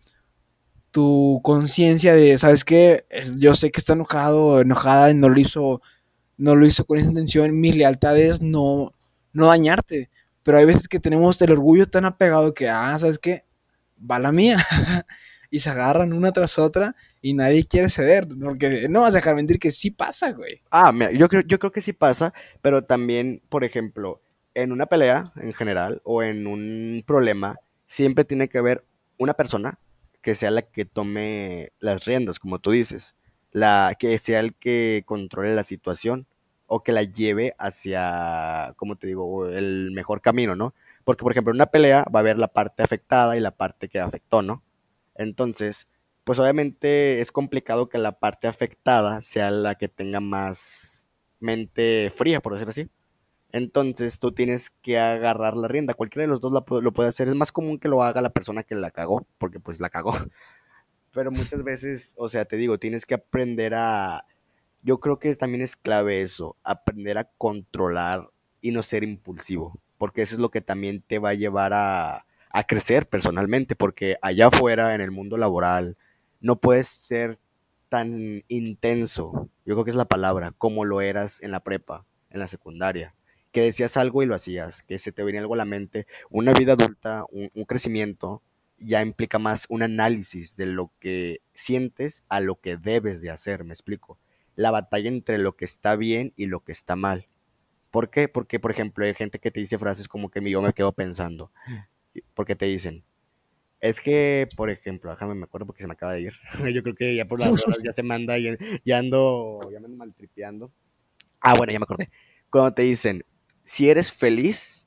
tu conciencia de, ¿sabes qué? Yo sé que está enojado, enojada, y no lo hizo con esa intención, mi lealtad es no dañarte, pero hay veces que tenemos el orgullo tan apegado que, ¿sabes qué? Va la mía, y se agarran una tras otra y nadie quiere ceder, porque no vas a dejar mentir que sí pasa, güey. mira, yo creo que sí pasa, pero también, por ejemplo, en una pelea en general o en un problema, siempre tiene que haber una persona que sea la que tome las riendas, como tú dices, que sea el que controle la situación o que la lleve hacia, como te digo, el mejor camino, ¿no? Porque, por ejemplo, en una pelea va a haber la parte afectada y la parte que afectó, ¿no? Entonces, pues obviamente es complicado que la parte afectada sea la que tenga más mente fría, por decir así. Entonces tú tienes que agarrar la rienda. Cualquiera de los dos lo puede hacer. Es más común que lo haga la persona que la cagó, porque pues la cagó. Pero muchas veces, o sea, te digo, tienes que aprender a... Yo creo que también es clave eso, aprender a controlar y no ser impulsivo, porque eso es lo que también te va a llevar a crecer personalmente, porque allá afuera, en el mundo laboral, no puedes ser tan intenso, yo creo que es la palabra, como lo eras en la prepa, en la secundaria, que decías algo y lo hacías, que se te venía algo a la mente. Una vida adulta, un crecimiento, ya implica más un análisis de lo que sientes a lo que debes de hacer, me explico, la batalla entre lo que está bien y lo que está mal. ¿Por qué? Porque, por ejemplo, hay gente que te dice frases como que yo me quedo pensando. Porque te dicen, es que, por ejemplo, déjame me acuerdo porque se me acaba de ir. Yo creo que ya por las horas ya se manda, ya me ando maltripeando. Ah, bueno, ya me acordé. Cuando te dicen, si eres feliz,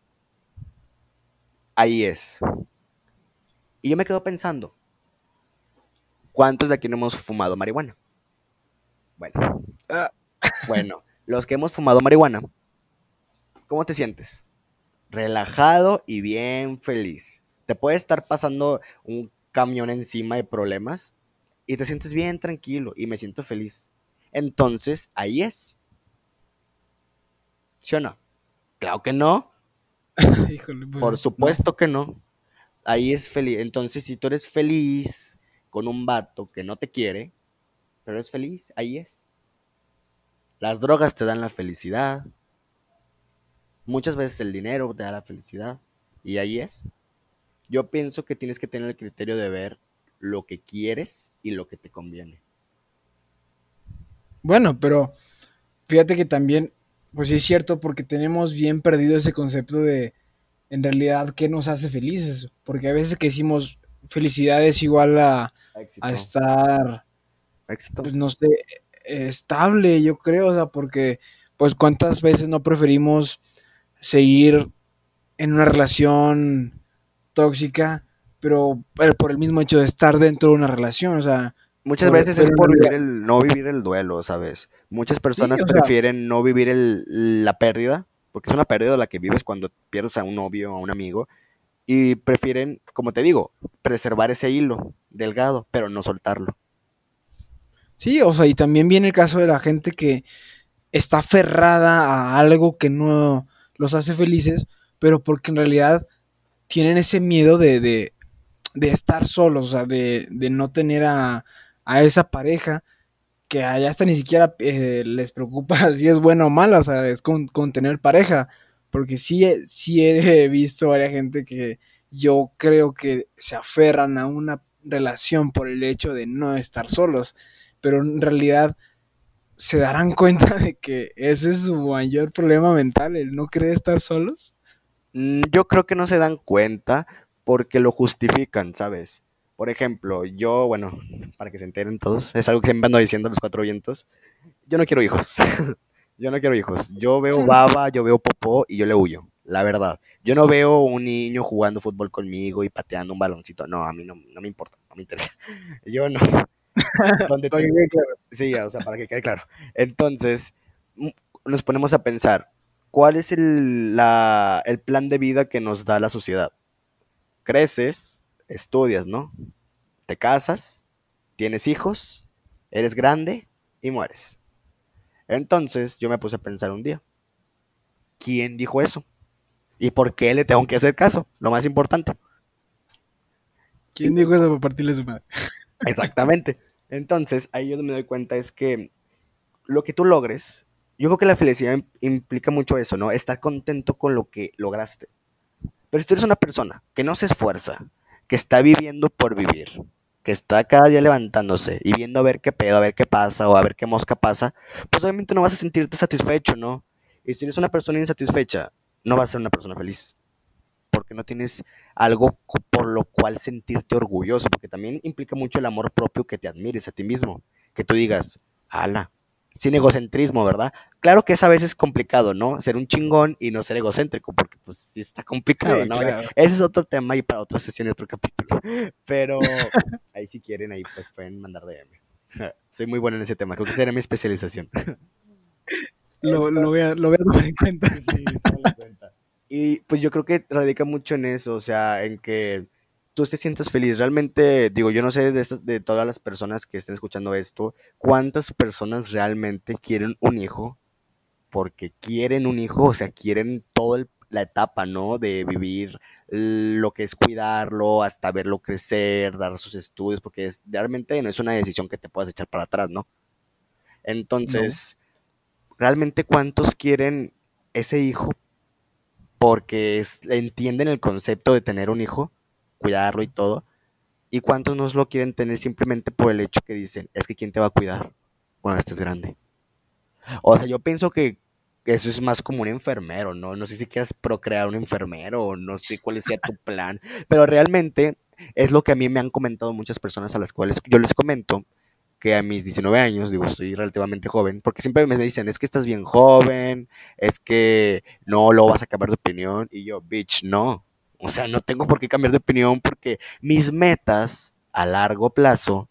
ahí es. Y yo me quedo pensando, ¿cuántos de aquí no hemos fumado marihuana? Bueno, Ah, bueno, los que hemos fumado marihuana, ¿cómo te sientes? Relajado y bien feliz. Te puede estar pasando un camión encima de problemas y te sientes bien tranquilo y me siento feliz. Entonces, ahí es. ¿Sí o no? Claro que no. híjole, Por pues no. supuesto que no. Ahí es feliz. Entonces, si tú eres feliz con un vato que no te quiere, pero es feliz, ahí es. Las drogas te dan la felicidad. Muchas veces el dinero te da la felicidad. Y ahí es. Yo pienso que tienes que tener el criterio de ver lo que quieres y lo que te conviene. Bueno, pero fíjate que también, pues sí es cierto, porque tenemos bien perdido ese concepto de, en realidad, qué nos hace felices. Porque a veces que decimos felicidad es igual a Éxito, estar, éxito. pues no sé, estable, yo creo, o sea, porque, pues cuántas veces no preferimos seguir en una relación tóxica, pero por el mismo hecho de estar dentro de una relación, o sea, Muchas veces es pero en por realidad, no vivir el duelo, ¿sabes? Muchas sí, personas o sea, prefieren no vivir la pérdida, porque es una pérdida la que vives cuando pierdes a un novio o a un amigo, y prefieren, como te digo, preservar ese hilo delgado, pero no soltarlo. sí, o sea, y también viene el caso de la gente que está aferrada a algo que no los hace felices, pero porque en realidad tienen ese miedo de estar solos, o sea, de no tener a esa pareja que allá hasta ni siquiera les preocupa si es buena o mala, o sea, es con tener pareja, porque sí he visto varias gente que yo creo que se aferran a una relación por el hecho de no estar solos, pero en realidad se darán cuenta de que ese es su mayor problema mental, el no querer estar solos. Yo creo que no se dan cuenta porque lo justifican, ¿sabes? Por ejemplo, yo, bueno, para que se enteren todos, es algo que siempre ando diciendo a los cuatro vientos. Yo no quiero hijos. Yo no quiero hijos. Yo veo baba, yo veo popó y yo le huyo, la verdad. Yo no veo un niño jugando fútbol conmigo y pateando un baloncito. No, a mí no me importa, no me interesa. Yo no. Donde Para que tengo... quede claro. Sí, o sea, para que quede claro. Entonces, nos ponemos a pensar, ¿cuál es el plan de vida que nos da la sociedad? Creces, estudias, ¿no? Te casas, tienes hijos, eres grande y mueres. Entonces, yo me puse a pensar un día, ¿quién dijo eso? ¿Y por qué le tengo que hacer caso? Lo más importante. ¿Quién dijo eso para partirle su madre? Exactamente. Entonces, ahí yo me doy cuenta es que lo que tú logres, yo creo que la felicidad implica mucho eso, ¿no? Estar contento con lo que lograste. Pero si tú eres una persona que no se esfuerza, que está viviendo por vivir, que está cada día levantándose y viendo a ver qué pedo, a ver qué pasa o a ver qué mosca pasa, pues obviamente no vas a sentirte satisfecho, ¿no? Y si eres una persona insatisfecha, no vas a ser una persona feliz, porque no tienes algo por lo cual sentirte orgulloso, porque también implica mucho el amor propio, que te admires a ti mismo, que tú digas, ala, sin egocentrismo, ¿verdad? Claro que es a veces complicado, ¿no? Ser un chingón y no ser egocéntrico, porque pues sí está complicado, Sí, ¿no? claro. Ese es otro tema y para otra sesión y otro capítulo. Pero ahí si quieren, ahí pues pueden mandar DM. Soy muy bueno en ese tema, creo que será mi especialización. Lo voy a tomar en cuenta. Sí, tómalo en cuenta. Y pues yo creo que radica mucho en eso, o sea, en que tú te sientas feliz. Realmente, digo, yo no sé de todas las personas que estén escuchando esto, cuántas personas realmente quieren un hijo porque quieren un hijo, o sea, quieren toda la etapa, ¿no? De vivir lo que es cuidarlo, hasta verlo crecer, dar sus estudios, porque realmente no es una decisión que te puedas echar para atrás, ¿no? No. Entonces, realmente cuántos quieren ese hijo porque entienden el concepto de tener un hijo, cuidarlo y todo, y cuántos no lo quieren tener simplemente por el hecho que dicen, es que ¿quién te va a cuidar cuando estés grande? O sea, yo pienso que eso es más como un enfermero, ¿no? No sé si quieras procrear un enfermero o no sé cuál sea tu plan, pero realmente es lo que a mí me han comentado muchas personas a las cuales yo les comento que a mis 19 años, digo, estoy relativamente joven, porque siempre me dicen, es que estás bien joven, es que no lo vas a cambiar de opinión, y yo, bitch, no. O sea, no tengo por qué cambiar de opinión porque mis metas a largo plazo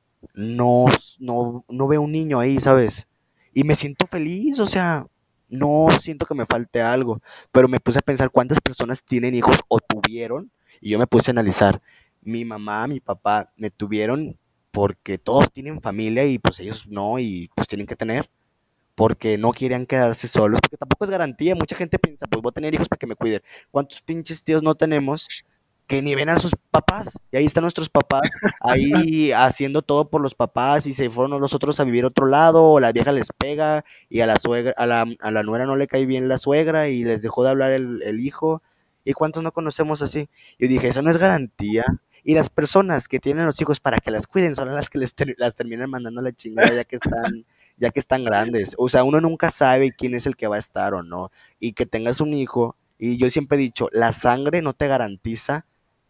no, no veo un niño ahí, ¿sabes? Y me siento feliz, o sea, no siento que me falte algo, pero me puse a pensar cuántas personas tienen hijos o tuvieron, y yo me puse a analizar, mi mamá, mi papá me tuvieron porque todos tienen familia y pues ellos no, y pues tienen que tener, porque no quieren quedarse solos, porque tampoco es garantía, mucha gente piensa, pues voy a tener hijos para que me cuiden. ¿Cuántos pinches tíos no tenemos que ni ven a sus papás? Y ahí están nuestros papás, ahí haciendo todo por los papás y se fueron los otros a vivir a otro lado, o la vieja les pega y a la suegra, a la nuera no le cae bien la suegra y les dejó de hablar el hijo. ¿Y cuántos no conocemos así? Yo dije, eso no es garantía. Y las personas que tienen los hijos para que las cuiden son las que las terminan mandando a la chingada ya que están grandes. O sea, uno nunca sabe quién es el que va a estar o no. Y que tengas un hijo, y yo siempre he dicho, la sangre no te garantiza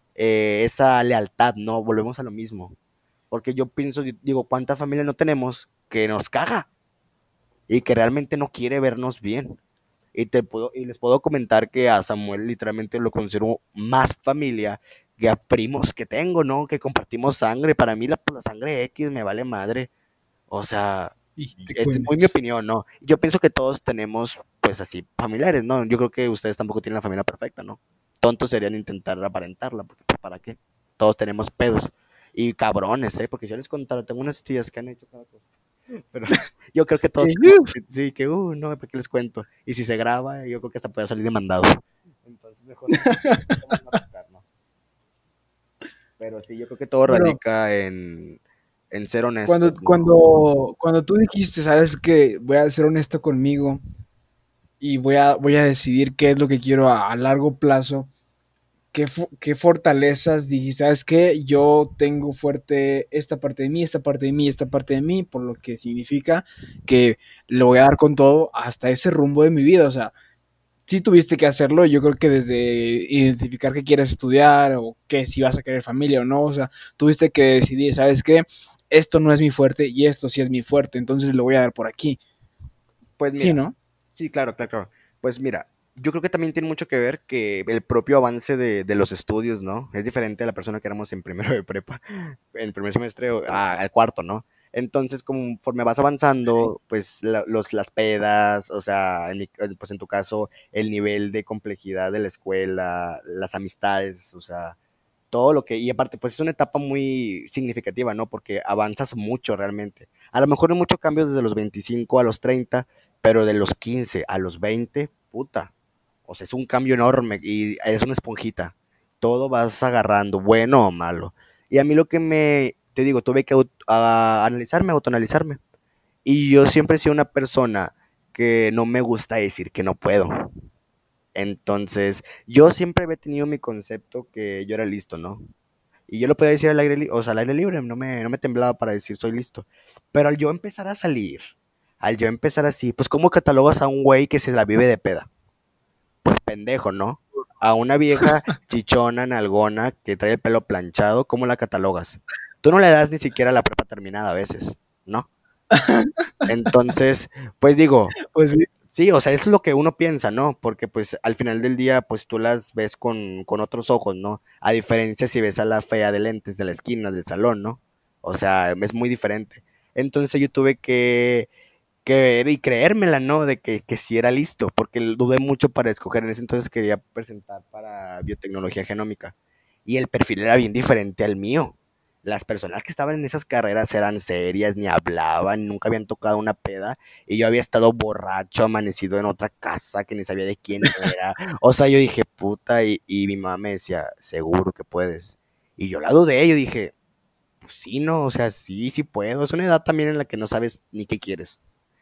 esa lealtad, ¿no? Volvemos a lo mismo. Porque yo pienso, digo, ¿cuánta familia no tenemos que nos caga y que realmente no quiere vernos bien? Y les puedo comentar que a Samuel literalmente lo considero más familia que a primos que tengo, ¿no? Que compartimos sangre. Para mí la sangre X me vale madre. O sea, Y te es cuene. muy mi opinión, ¿no? Yo pienso que todos tenemos, pues así, familiares, ¿no? Yo creo que ustedes tampoco tienen la familia perfecta, ¿no? Tontos serían intentar aparentarla, porque pues, ¿para qué? Todos tenemos pedos. Y cabrones, ¿eh? Porque si yo les contara, tengo unas tías que han hecho cada cosa. Pero yo creo que todos Que, tenemos, sí, que, no, ¿para qué les cuento? Y si se graba, yo creo que hasta puede salir demandado. Entonces, mejor no tocar, ¿no? Pero sí, yo creo que todo bueno, radica en ser honestos, ¿no? cuando tú dijiste, sabes que voy a ser honesto conmigo, y voy a decidir qué es lo que quiero a largo plazo. ¿Qué fortalezas dije? ¿Sabes qué? Yo tengo fuerte esta parte de mí, esta parte de mí, esta parte de mí, por lo que significa que le voy a dar con todo hasta ese rumbo de mi vida. O sea, sí tuviste que hacerlo, yo creo que desde identificar qué quieres estudiar o que si vas a querer familia o no, o sea, tuviste que decidir, ¿sabes qué? Esto no es mi fuerte y esto sí es mi fuerte, entonces lo voy a dar por aquí. Pues Sí, mira, ¿no? sí, claro, claro, claro. Pues mira, yo creo que también tiene mucho que ver que el propio avance de los estudios, ¿no? Es diferente a la persona que éramos en primero de prepa, en el primer semestre al cuarto, ¿no? Entonces, conforme vas avanzando, pues las pedas, o sea, pues en tu caso, el nivel de complejidad de la escuela, las amistades, o sea, todo lo que, y aparte, pues es una etapa muy significativa, ¿no? Porque avanzas mucho realmente. A lo mejor no hay mucho cambio desde los 25 a los 30, pero de los 15 a los 20, puta. O sea, es un cambio enorme y es una esponjita. Todo vas agarrando, bueno o malo. Y a mí lo que te digo, tuve que analizarme, autoanalizarme. Y yo siempre he sido una persona que no me gusta decir que no puedo. Entonces, yo siempre había tenido mi concepto que yo era listo, ¿no? Y yo lo podía decir al aire, o sea, al aire libre, no me temblaba para decir soy listo. Pero al yo empezar a salir, al yo empezar así, pues ¿cómo catalogas a un güey que se la vive de peda? Pues pendejo, ¿no? A una vieja chichona, nalgona, que trae el pelo planchado, ¿cómo la catalogas? Tú no le das ni siquiera la prepa terminada a veces, ¿no? Entonces, pues digo, Pues sí. sí, o sea, eso es lo que uno piensa, ¿no? Porque pues al final del día, pues tú las ves con otros ojos, ¿no? A diferencia si ves a la fea de lentes de la esquina del salón, ¿no? O sea, es muy diferente. Entonces yo tuve que ver y creérmela, ¿no? De que sí era listo, porque dudé mucho para escoger. En ese entonces quería presentar para biotecnología genómica y el perfil era bien diferente al mío. Las personas que estaban en esas carreras eran serias, ni hablaban, nunca habían tocado una peda y yo había estado borracho, amanecido en otra casa que ni sabía de quién era. O sea, yo dije, puta, y mi mamá me decía, seguro que puedes. Y yo la dudé, yo dije, pues sí, no, o sea, sí, sí puedo. Es una edad también en la que no sabes ni qué quieres.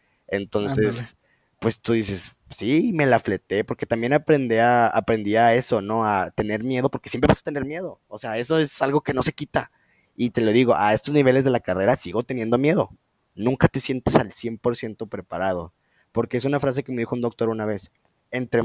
Ándale. Entonces, pues tú dices, sí, me la fleté, porque también aprendí a eso, ¿no? A tener miedo, porque siempre vas a tener miedo. O sea, eso es algo que no se quita. Y te lo digo, a estos niveles de la carrera sigo teniendo miedo. Nunca te sientes al 100% preparado. Porque es una frase que me dijo un doctor una vez. Entre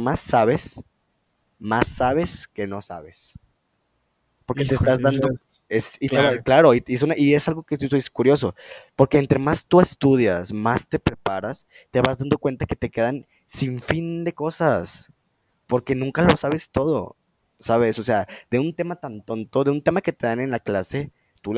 más sabes que no sabes. Porque te estás Híjole, eso dando, es y clave. claro, y es algo que tú es curioso, porque entre más tú estudias, más te preparas, te vas dando cuenta que te quedan sin fin de cosas, porque nunca lo sabes todo, ¿sabes? O sea, de un tema tan tonto, de un tema que te dan en la clase, tú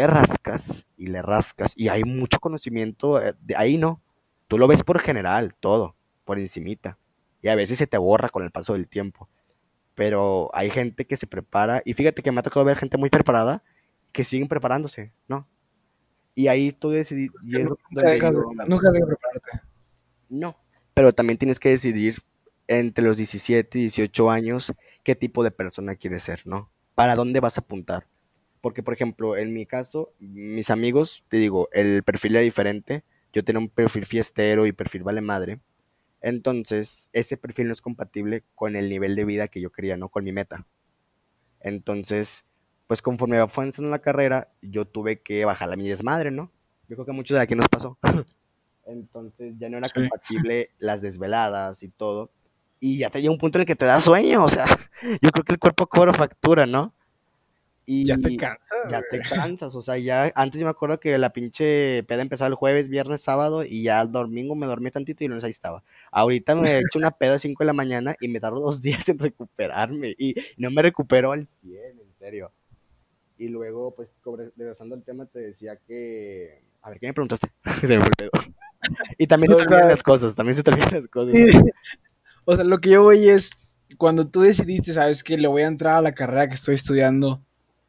le rascas, y hay mucho conocimiento, de ahí no, tú lo ves por general, todo, por encimita, y a veces se te borra con el paso del tiempo, pero hay gente que se prepara, y fíjate que me ha tocado ver gente muy preparada que siguen preparándose, ¿no? Y ahí tú decidí, y Que es nunca donde dejas de yo, estar, nunca dejas de prepararte. no, pero también tienes que decidir entre los 17 y 18 años qué tipo de persona quieres ser, ¿no? ¿Para dónde vas a apuntar? Porque, por ejemplo, en mi caso, mis amigos, te digo, el perfil era diferente, yo tenía un perfil fiestero y perfil vale madre, entonces ese perfil no es compatible con el nivel de vida que yo quería, ¿no? Con mi meta. Entonces, pues conforme fue avanzando la carrera, yo tuve que bajar a mi desmadre, ¿no? Yo creo que a muchos de aquí nos pasó. Entonces ya no era Sí. compatible las desveladas y todo. Y ya te llega un punto en el que te da sueño, o sea, yo creo que el cuerpo cobra factura, ¿no? Ya te Y cansas, ya te güey. cansas, o sea, ya antes yo me acuerdo que la pinche peda empezaba el jueves, viernes, sábado y ya el domingo me dormí tantito y el lunes ahí estaba. Ahorita me he hecho una peda a 5 de la mañana y me tardo 2 días en recuperarme y no me recupero al 100 en serio. Y luego, pues, regresando al tema, te decía que... A ver, ¿qué me preguntaste? Se me fue el pedo. Y también se O te olvidan sea, las cosas, también se te olvidan las cosas. sí. O sea, lo que yo voy es, cuando tú decidiste, sabes que le voy a entrar a la carrera que estoy estudiando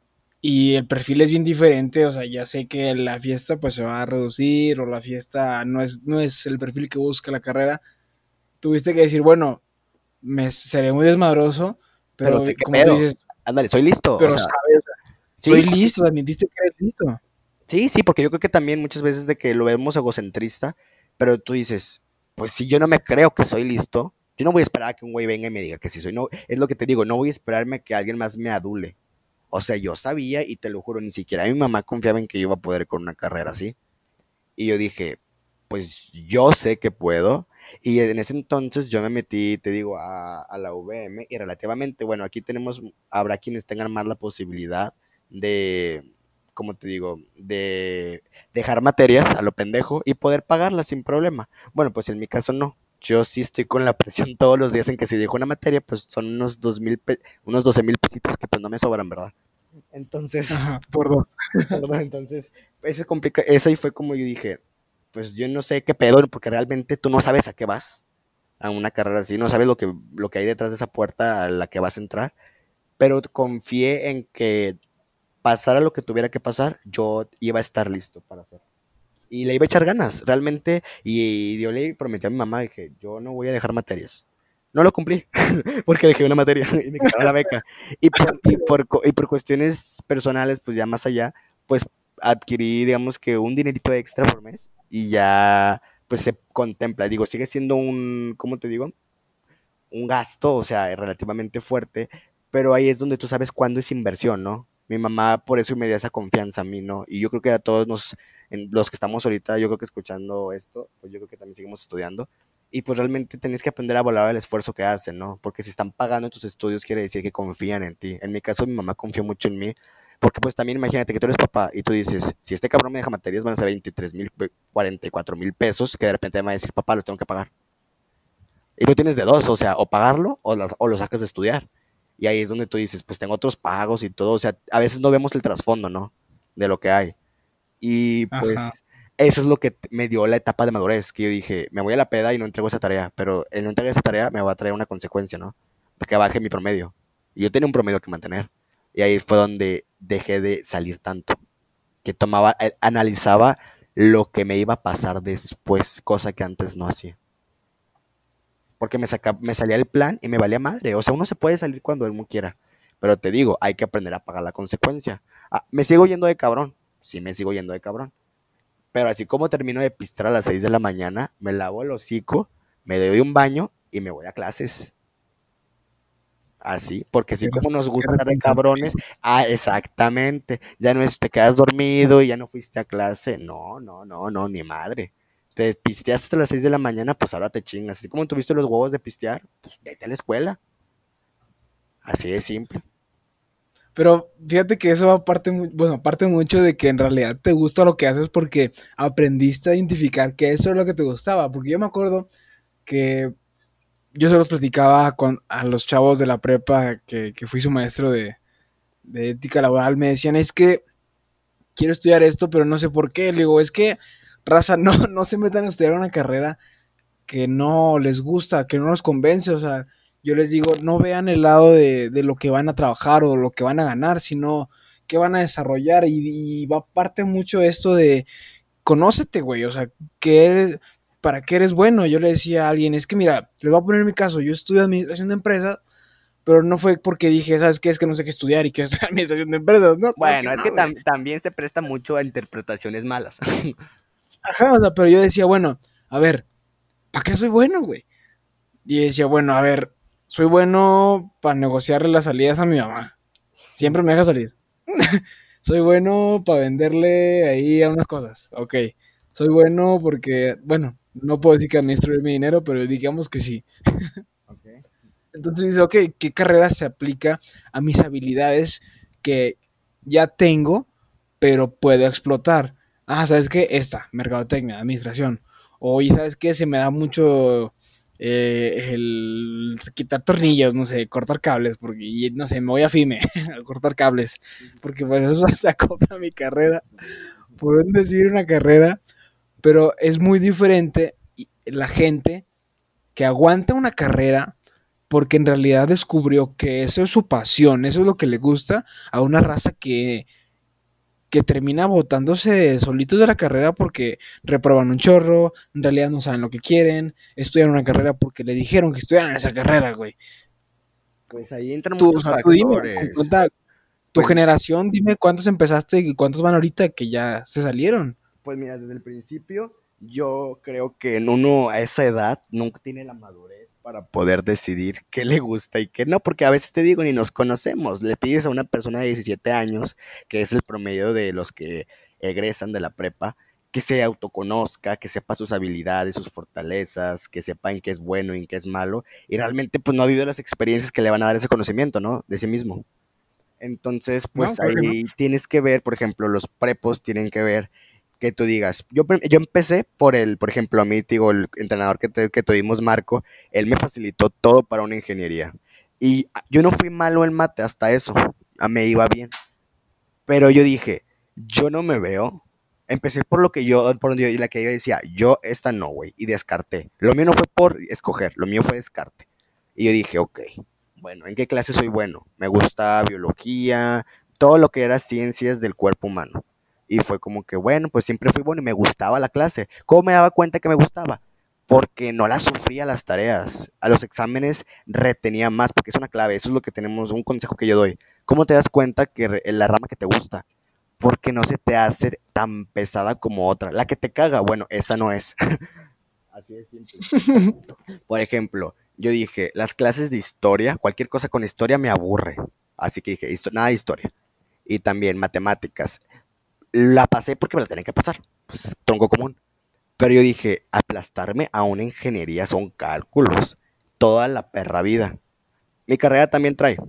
y el perfil es bien diferente, o sea, ya sé que la fiesta pues se va a reducir o la fiesta no es el perfil que busca la carrera, tuviste que decir, bueno, me seré muy desmadroso, Pero pero sé qué como tú pedo. dices, Ándale, soy listo. O pero sea, sabes, o sea, sí, soy sí, sí, listo, sí. admitiste que eres listo. Sí, sí, porque yo creo que también muchas veces de que lo vemos egocentrista, pero tú dices, pues si yo no me creo que soy listo, Yo no voy a esperar a que un güey venga y me diga que sí soy. No, es lo que te digo, no voy a esperarme a que alguien más me adule. O sea, yo sabía y te lo juro, ni siquiera mi mamá confiaba en que yo iba a poder con una carrera así. Y yo dije, pues yo sé que puedo. Y en ese entonces yo me metí, te digo, a la VM y relativamente, bueno, aquí tenemos, habrá quienes tengan más la posibilidad de, como te digo, de dejar materias a lo pendejo y poder pagarlas sin problema. Bueno, pues en mi caso no. Yo sí estoy con la presión todos los días en que si dejo una materia, pues son unos 2,000, unos 12,000 pesitos que pues no me sobran, ¿verdad? Entonces, Ajá, por dos. perdón, entonces, eso complica, eso y fue como yo dije, pues yo no sé qué pedo, porque realmente tú no sabes a qué vas a una carrera así, no sabes lo que hay detrás de esa puerta a la que vas a entrar, pero confié en que pasara lo que tuviera que pasar, yo iba a estar listo para hacerlo. Y le iba a echar ganas, realmente, y yo le prometí a mi mamá, dije, yo no voy a dejar materias. No lo cumplí, porque dejé una materia y me quitaron la beca. Y por cuestiones personales, pues ya más allá, pues adquirí, digamos que un dinerito extra por mes y ya, pues se contempla. Digo, sigue siendo un, ¿cómo te digo? Un gasto, o sea, relativamente fuerte, pero ahí es donde tú sabes cuándo es inversión, ¿no? Mi mamá por eso me dio esa confianza a mí, ¿no? Y yo creo que a todos los que estamos ahorita, yo creo que escuchando esto, pues yo creo que también seguimos estudiando. Y pues realmente tenés que aprender a valorar el esfuerzo que hacen, ¿no? Porque si están pagando tus estudios, quiere decir que confían en ti. En mi caso, mi mamá confió mucho en mí, porque pues también imagínate que tú eres papá y tú dices, si este cabrón me deja materias, van a ser 23,000, 44,000 pesos, que de repente me va a decir, papá, lo tengo que pagar. Y tú tienes de dos, o sea, o pagarlo o lo sacas de estudiar. Y ahí es donde tú dices, pues tengo otros pagos y todo. O sea, a veces no vemos el trasfondo, ¿no? De lo que hay. Y Ajá. pues eso es lo que me dio la etapa de madurez, que yo dije, me voy a la peda y no entrego esa tarea, pero el no entregar esa tarea me va a traer una consecuencia, ¿no? Porque baje mi promedio. Y yo tenía un promedio que mantener. Y ahí fue donde dejé de salir tanto, que tomaba, analizaba lo que me iba a pasar después, cosa que antes no hacía porque me salía el plan y me valía madre. O sea, uno se puede salir cuando uno quiera, pero te digo, hay que aprender a pagar la consecuencia. Ah, me sigo yendo de cabrón, sí me sigo yendo de cabrón, pero así como termino de pistar a las 6 de la mañana, me lavo el hocico, me doy un baño y me voy a clases. Así, porque así Qué, como nos qué gusta estar de cabrones, responsabilidad. exactamente, ya no es te quedas dormido y ya no fuiste a clase, no, no, no, no, ni madre. Te pisteaste hasta las 6 de la mañana, pues ahora te chingas. Así como tuviste los huevos de pistear, pues vete a la escuela. Así de simple. Pero fíjate que eso aparte, bueno, parte mucho de que en realidad te gusta lo que haces porque aprendiste a identificar que eso es lo que te gustaba. Porque yo me acuerdo que yo se los platicaba a los chavos de la prepa que fui su maestro de ética laboral. Me decían, es que quiero estudiar esto, pero no sé por qué. Le digo, es que, raza, no, no se metan a estudiar una carrera que no les gusta, que no los convence. O sea, yo les digo, no vean el lado de lo que van a trabajar o lo que van a ganar, sino qué van a desarrollar. Y va parte mucho esto de conócete, güey. O sea, ¿para qué eres bueno? Yo le decía a alguien, es que mira, les voy a poner mi caso, yo estudio administración de empresas, pero no fue porque dije, ¿sabes qué? Es que no sé qué estudiar y quiero estudiar administración de empresas. No, claro que Bueno, es que no, güey. también se presta mucho a interpretaciones malas. Ajá, o sea, pero yo decía, bueno, a ver, ¿para qué soy bueno, güey? Y decía, bueno, a ver, soy bueno para negociarle las salidas a mi mamá. Siempre me deja salir. Soy bueno para venderle ahí a unas cosas. Ok. Soy bueno porque, bueno, no puedo decir que administro mi dinero, pero digamos que sí. Okay. Entonces dice, ok, ¿qué carrera se aplica a mis habilidades que ya tengo, pero puedo explotar? Ah, ¿sabes qué? Esta, mercadotecnia, administración. Oye, ¿sabes qué? Se me da mucho el quitar tornillos, no sé, cortar cables, porque, y, no sé, me voy a FIME a cortar cables, porque pues eso se acopla a mi carrera. Pueden decir una carrera, pero es muy diferente la gente que aguanta una carrera porque en realidad descubrió que eso es su pasión, eso es lo que le gusta a una raza que termina botándose solitos de la carrera porque reproban un chorro, en realidad no saben lo que quieren, estudian una carrera porque le dijeron que estudiaran esa carrera, güey. Pues ahí entran Tú, o muchos sea, tú dime, factores. tu Pues, generación, dime cuántos empezaste y cuántos van ahorita que ya se salieron. pues mira, desde el principio yo creo que en uno a esa edad nunca tiene la madurez para poder decidir qué le gusta y qué no, porque a veces te digo, ni nos conocemos. Le pides a una persona de 17 años, que es el promedio de los que egresan de la prepa, que se autoconozca, que sepa sus habilidades, sus fortalezas, que sepa en qué es bueno y en qué es malo, y realmente pues no ha vivido las experiencias que le van a dar ese conocimiento, ¿no? De sí mismo. Entonces, No, pues creo que no. ahí tienes que ver, por ejemplo, los prepos tienen que ver que tú digas, yo empecé por ejemplo, a mí, te digo, el entrenador que tuvimos, Marco, él me facilitó todo para una ingeniería. Y yo no fui malo en mate hasta eso, me iba bien. Pero yo dije, yo no me veo. Empecé por donde yo, la que yo decía, yo esta no, güey, y descarté. Lo mío no fue por escoger, lo mío fue descarte. Y yo dije, ok, bueno, ¿en qué clase soy bueno? Me gusta biología, todo lo que era ciencias del cuerpo humano. Y fue como que, bueno, pues siempre fui bueno y me gustaba la clase. ¿Cómo me daba cuenta que me gustaba? Porque no las sufría las tareas. A los exámenes retenía más, porque es una clave, eso es lo que tenemos, un consejo que yo doy. ¿Cómo te das cuenta que la rama que te gusta? Porque no se te hace tan pesada como otra. La que te caga, bueno, esa no es. Así de simple. Por ejemplo, yo dije, las clases de historia, cualquier cosa con historia me aburre. Así que dije, nada de historia. Y también matemáticas. La pasé porque me la tenía que pasar. Pues es tronco común. Pero yo dije, aplastarme a una ingeniería son cálculos. Toda la perra vida. Mi carrera también trae.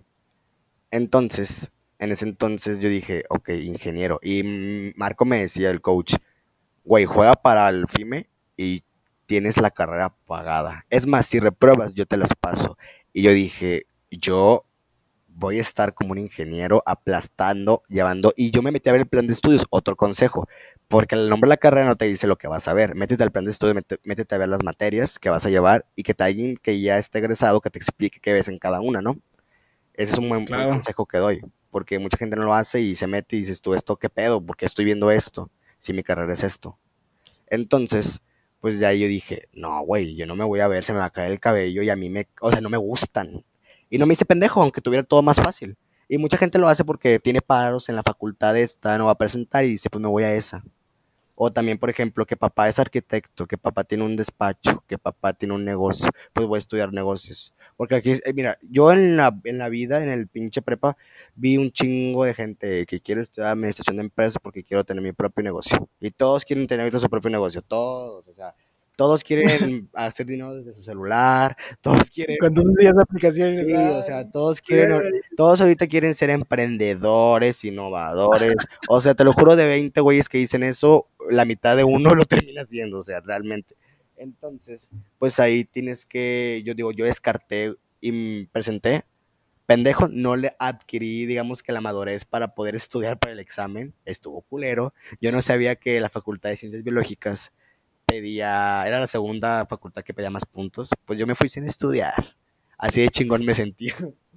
Entonces, en ese entonces yo dije, ok, ingeniero. Y Marco me decía, el coach, güey, juega para el FIME y tienes la carrera pagada. Es más, si repruebas, yo te las paso. Y yo dije, yo voy a estar como un ingeniero aplastando, llevando. Y yo me metí a ver el plan de estudios, otro consejo. Porque el nombre de la carrera no te dice lo que vas a ver. Métete al plan de estudio, métete a ver las materias que vas a llevar y que te alguien que ya esté egresado que te explique qué ves en cada una, ¿no? Ese es un buen Claro. consejo que doy, porque mucha gente no lo hace y se mete y dices tú, ¿esto qué pedo? ¿Por qué estoy viendo esto? Si mi carrera es esto. Entonces, pues de ahí yo dije, no, güey, yo no me voy a ver, se me va a caer el cabello y a mí o sea, no me gustan. Y no me hice pendejo, aunque tuviera todo más fácil. Y mucha gente lo hace porque tiene paros en la facultad esta, no va a presentar y dice, pues me voy a esa. O también, por ejemplo, que papá es arquitecto, que papá tiene un despacho, que papá tiene un negocio, pues voy a estudiar negocios. Porque aquí, mira, yo en la vida, en el pinche prepa, vi un chingo de gente que quiere estudiar administración de empresas porque quiero tener mi propio negocio. Y todos quieren tener ahorita su propio negocio, todos, o sea, todos quieren hacer dinero desde su celular, todos quieren. Con todas esas aplicaciones. Sí, o Ay, sea, todos ahorita quieren ser emprendedores, innovadores. O sea, te lo juro, de 20 güeyes que dicen eso, la mitad de uno lo termina haciendo, o sea, realmente. Entonces, pues ahí tienes que, yo digo, yo descarté y presenté. Pendejo, no le adquirí, digamos que la madurez para poder estudiar para el examen. Estuvo culero. Yo no sabía que la Facultad de Ciencias Biológicas era la segunda facultad que pedía más puntos. Pues yo me fui sin estudiar. Así de chingón me sentía.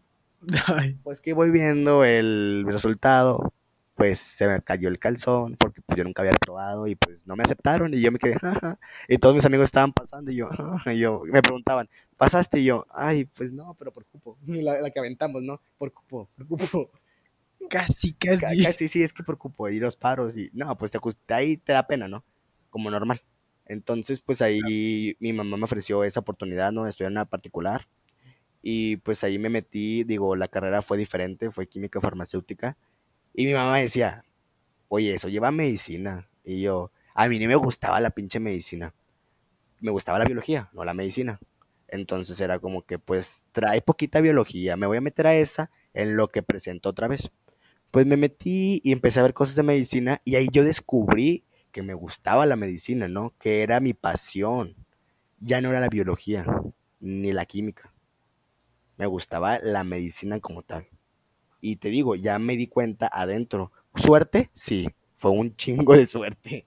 ay, Pues que voy viendo el resultado, pues se me cayó el calzón, porque pues yo nunca había probado y pues no me aceptaron y yo me quedé, jaja. Y todos mis amigos estaban pasando y yo, jaja, y yo me preguntaban, ¿pasaste? Y yo, ay, pues no, pero por cupo. Y la que aventamos, ¿no? Por cupo, por cupo. casi, casi. Casi sí, es que por cupo y los paros y no, pues ahí te da pena, ¿no? Como normal. Entonces, pues ahí mi mamá me ofreció esa oportunidad, ¿no? De estudiar en una particular. Y pues ahí me metí, digo, la carrera fue diferente, fue química farmacéutica. Y mi mamá decía, oye, eso lleva medicina. Y yo, a mí ni me gustaba la pinche medicina. Me gustaba la biología, no la medicina. Entonces era como que, pues, trae poquita biología, me voy a meter a esa en lo que presento otra vez. Pues me metí y empecé a ver cosas de medicina y ahí yo descubrí que me gustaba la medicina, ¿no? Que era mi pasión. Ya no era la biología, ni la química. Me gustaba la medicina como tal. Y te digo, ya me di cuenta adentro. ¿Suerte? Sí, fue un chingo de suerte.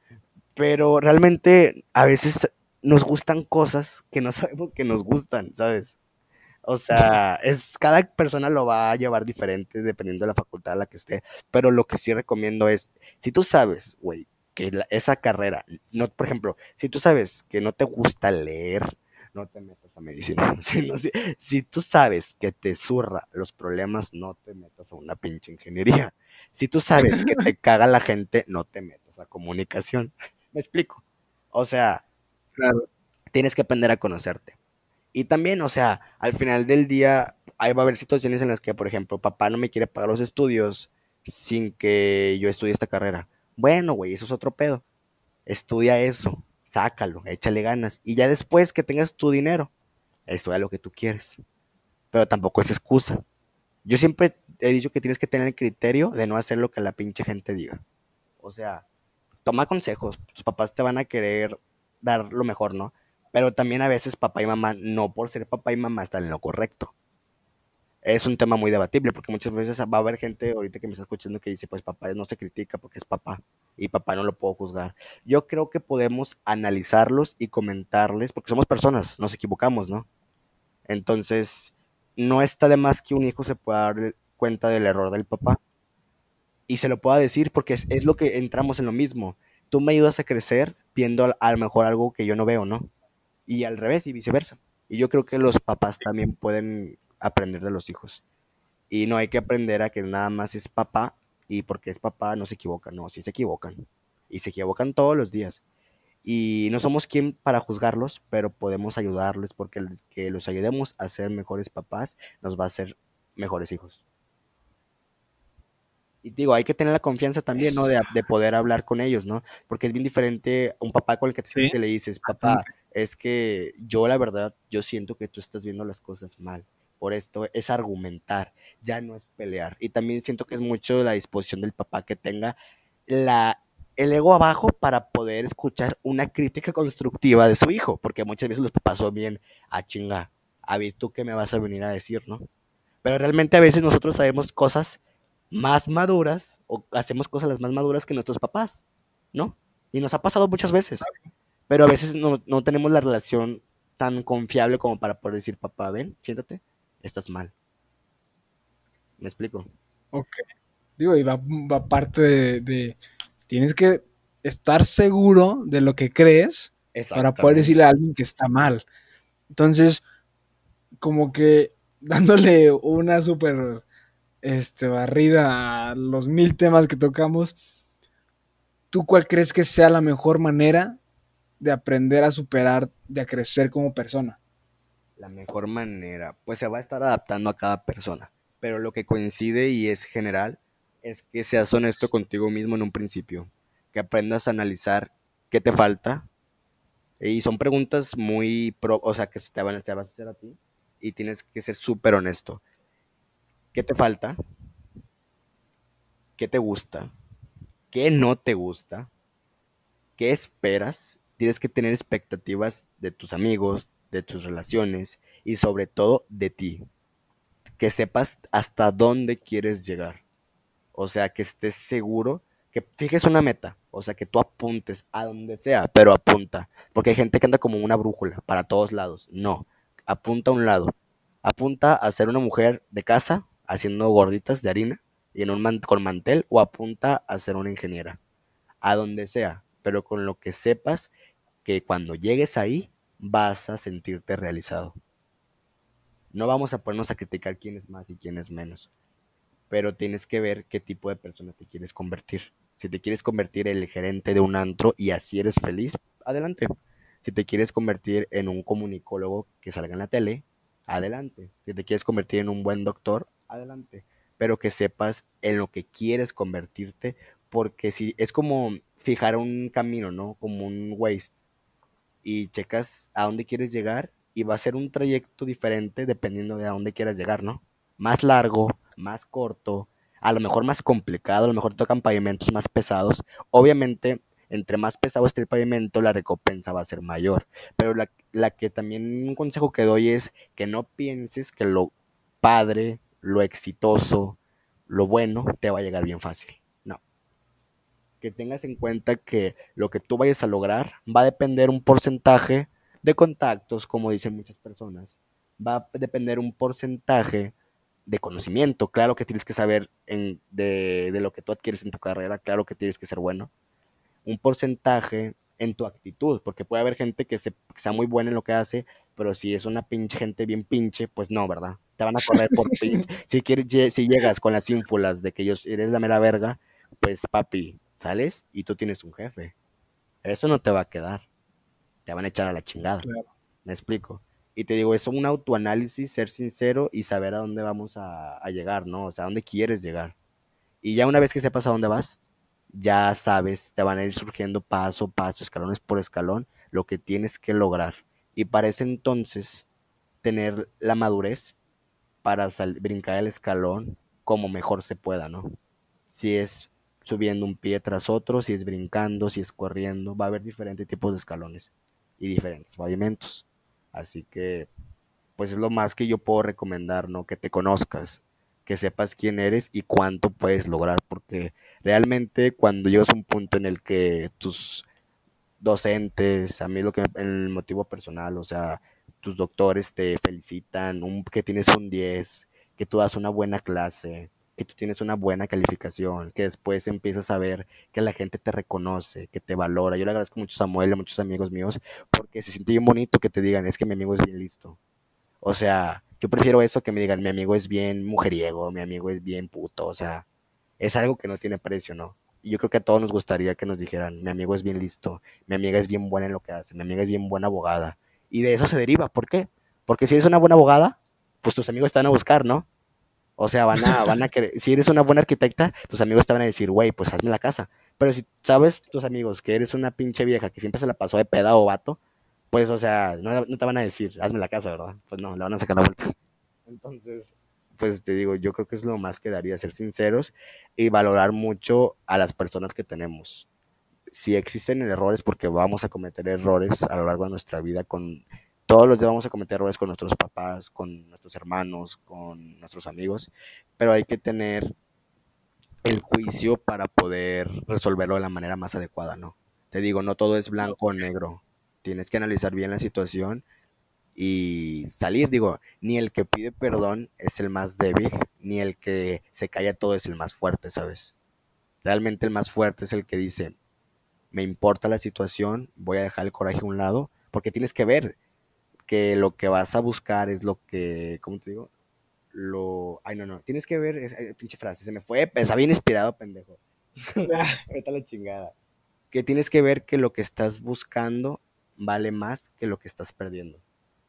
Pero realmente a veces nos gustan cosas que no sabemos que nos gustan, ¿sabes? O sea, cada persona lo va a llevar diferente dependiendo de la facultad a la que esté. Pero lo que sí recomiendo es, si tú sabes, güey, que esa carrera, no, por ejemplo, si tú sabes que no te gusta leer, no te metas a medicina. Si tú sabes que te zurra los problemas, no te metas a una pinche ingeniería. Si tú sabes que te caga la gente, no te metas a comunicación. ¿Me explico? O sea, Claro. tienes que aprender a conocerte. Y también, o sea, al final del día, ahí va a haber situaciones en las que, por ejemplo, papá no me quiere pagar los estudios sin que yo estudie esta carrera. Bueno, güey, eso es otro pedo. Estudia eso, sácalo, échale ganas. Y ya después que tengas tu dinero, estudia lo que tú quieres. Pero tampoco es excusa. Yo siempre he dicho que tienes que tener el criterio de no hacer lo que la pinche gente diga. O sea, toma consejos, tus papás te van a querer dar lo mejor, ¿no? Pero también a veces papá y mamá, no por ser papá y mamá, están en lo correcto. Es un tema muy debatible porque muchas veces va a haber gente ahorita que me está escuchando que dice, pues papá no se critica porque es papá y papá no lo puedo juzgar. Yo creo que podemos analizarlos y comentarles, porque somos personas, nos equivocamos, ¿no? Entonces, no está de más que un hijo se pueda dar cuenta del error del papá y se lo pueda decir porque es lo que entramos en lo mismo. Tú me ayudas a crecer viendo a lo mejor algo que yo no veo, ¿no? Y al revés y viceversa. Y yo creo que los papás también pueden aprender de los hijos. Y no hay que aprender a que nada más es papá y porque es papá no se equivocan, no, sí se equivocan. Y se equivocan todos los días. Y no somos quien para juzgarlos, pero podemos ayudarles porque el que los ayudemos a ser mejores papás nos va a hacer mejores hijos. Y digo, hay que tener la confianza también, ¿no? Es, De poder hablar con ellos, ¿no? Porque es bien diferente un papá con el que sí, te le dices, papá, bastante. es que yo la verdad, yo siento que tú estás viendo las cosas mal. Por esto es argumentar, ya no es pelear. Y también siento que es mucho la disposición del papá que tenga la, el ego abajo para poder escuchar una crítica constructiva de su hijo, porque muchas veces los papás son bien, chinga, a ver, tú qué me vas a venir a decir, ¿no? Pero realmente a veces nosotros sabemos cosas más maduras o hacemos cosas las más maduras que nuestros papás, ¿no? Y nos ha pasado muchas veces, pero a veces no tenemos la relación tan confiable como para poder decir, papá, ven, siéntate, estás mal. ¿Me explico? Ok. Digo, y va parte tienes que estar seguro de lo que crees para poder decirle a Exactamente. alguien que está mal. Entonces, como que dándole una súper barrida a los 1000 temas que tocamos, ¿tú cuál crees que sea la mejor manera de aprender a superar, de a crecer como persona? La mejor manera, pues se va a estar adaptando a cada persona, pero lo que coincide y es general es que seas honesto contigo mismo en un principio, que aprendas a analizar qué te falta. Y son preguntas muy o sea, que te vas a hacer a ti y tienes que ser súper honesto. ¿Qué te falta? ¿Qué te gusta? ¿Qué no te gusta? ¿Qué esperas? Tienes que tener expectativas de tus amigos, de tus relaciones y sobre todo de ti. Que sepas hasta dónde quieres llegar. O sea, que estés seguro, que fijes una meta. O sea, que tú apuntes a donde sea, pero apunta. Porque hay gente que anda como una brújula para todos lados. No, apunta a un lado. Apunta a ser una mujer de casa haciendo gorditas de harina y en con mantel o apunta a ser una ingeniera. A donde sea, pero con lo que sepas que cuando llegues ahí vas a sentirte realizado. No vamos a ponernos a criticar quién es más y quién es menos, pero tienes que ver qué tipo de persona te quieres convertir. Si te quieres convertir en el gerente de un antro y así eres feliz, adelante. Si te quieres convertir en un comunicólogo que salga en la tele, adelante. Si te quieres convertir en un buen doctor, adelante. Pero que sepas en lo que quieres convertirte, porque si es como fijar un camino, ¿no? Como un Waze y checas a dónde quieres llegar y va a ser un trayecto diferente dependiendo de a dónde quieras llegar, ¿no? Más largo, más corto, a lo mejor más complicado, a lo mejor tocan pavimentos más pesados. Obviamente, entre más pesado esté el pavimento, la recompensa va a ser mayor. Pero la que también un consejo que doy es que no pienses que lo padre, lo exitoso, lo bueno te va a llegar bien fácil. No, que tengas en cuenta que lo que tú vayas a lograr va a depender un porcentaje de contactos, como dicen muchas personas, va a depender un porcentaje de conocimiento, claro que tienes que saber de lo que tú adquieres en tu carrera, claro que tienes que ser bueno, un porcentaje en tu actitud, porque puede haber gente que sea muy buena en lo que hace, pero si es una pinche gente bien pinche, pues no, ¿verdad? Te van a correr por pinche. Si quieres, si llegas con las ínfulas de que ellos eres la mera verga, pues papi, sales y tú tienes un jefe. Eso no te va a quedar. Te van a echar a la chingada. Claro. ¿Me explico? Y te digo, es un autoanálisis, ser sincero y saber a dónde vamos a llegar, ¿no? O sea, a dónde quieres llegar. Y ya una vez que sepas a dónde vas, ya sabes, te van a ir surgiendo paso a paso, escalones por escalón, lo que tienes que lograr. Y para ese entonces, tener la madurez para brincar el escalón como mejor se pueda, ¿no? Si es subiendo un pie tras otro, si es brincando, si es corriendo, va a haber diferentes tipos de escalones y diferentes pavimentos. Así que, pues es lo más que yo puedo recomendar, ¿no? Que te conozcas, que sepas quién eres y cuánto puedes lograr, porque realmente cuando llegas a un punto en el que tus docentes, a mí lo que el motivo personal, o sea, tus doctores te felicitan, que tienes un 10, que tú das una buena clase, que tú tienes una buena calificación, que después empiezas a ver que la gente te reconoce, que te valora. Yo le agradezco mucho a Samuel, a muchos amigos míos, porque se siente bien bonito que te digan, es que mi amigo es bien listo. O sea, yo prefiero eso que me digan, mi amigo es bien mujeriego, mi amigo es bien puto, o sea, es algo que no tiene precio, ¿no? Y yo creo que a todos nos gustaría que nos dijeran, mi amigo es bien listo, mi amiga es bien buena en lo que hace, mi amiga es bien buena abogada. Y de eso se deriva, ¿por qué? Porque si eres una buena abogada, pues tus amigos te van a buscar, ¿no? O sea, van a querer, si eres una buena arquitecta, tus amigos te van a decir, güey, pues hazme la casa. Pero si sabes tus amigos que eres una pinche vieja que siempre se la pasó de peda o vato, pues, o sea, no te van a decir, hazme la casa, ¿verdad? Pues no, le van a sacar la vuelta. Entonces, pues te digo, yo creo que es lo más que daría, ser sinceros y valorar mucho a las personas que tenemos. Si existen errores, porque vamos a cometer errores a lo largo de nuestra vida, todos los días vamos a cometer errores con nuestros papás, con nuestros hermanos, con nuestros amigos, pero hay que tener el juicio para poder resolverlo de la manera más adecuada, ¿no? Te digo, no todo es blanco o negro. Tienes que analizar bien la situación y salir. Digo, ni el que pide perdón es el más débil, ni el que se calla todo es el más fuerte, ¿sabes? Realmente el más fuerte es el que dice, me importa la situación, voy a dejar el coraje a un lado, porque tienes que ver que lo que vas a buscar es lo que, ¿cómo te digo? Ay, no, tienes que ver, pinche frase, se me fue, está bien inspirado, pendejo. Ahorita la chingada. Que tienes que ver que lo que estás buscando vale más que lo que estás perdiendo.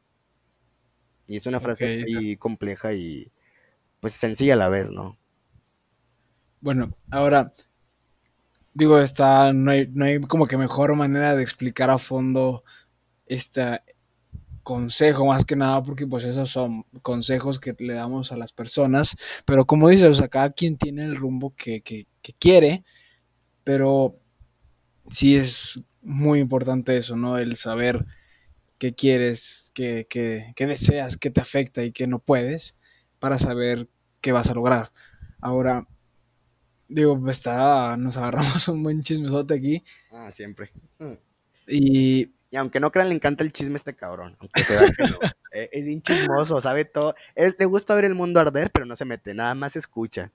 Y es una Ok, frase muy compleja y pues sencilla a la vez, ¿no? bueno, ahora digo, no hay como que mejor manera de explicar a fondo este consejo, más que nada, porque pues esos son consejos que le damos a las personas, pero como dices, o sea, cada quien tiene el rumbo que quiere, pero sí es muy importante eso, ¿no? El saber qué quieres, qué deseas, qué te afecta y qué no puedes, para saber qué vas a lograr. Ahora, digo, nos agarramos un buen chismesote aquí. Ah, siempre. Mm. Y Y aunque no crean, le encanta el chisme a este cabrón, aunque se vean que no. Es bien chismoso, sabe todo. Le gusta ver el mundo arder, pero no se mete, nada más escucha.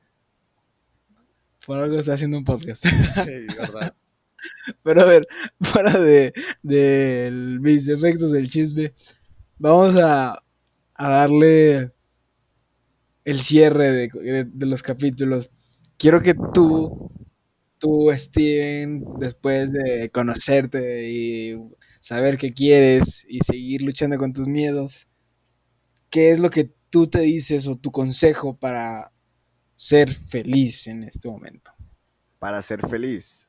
por algo estoy haciendo un podcast. Sí, ¿verdad? Pero a ver, fuera de mis efectos del chisme, vamos a darle el cierre de los capítulos. Quiero que tú, Steven, después de conocerte y saber qué quieres y seguir luchando con tus miedos, ¿qué es lo que tú te dices o tu consejo para ser feliz en este momento? Para ser feliz.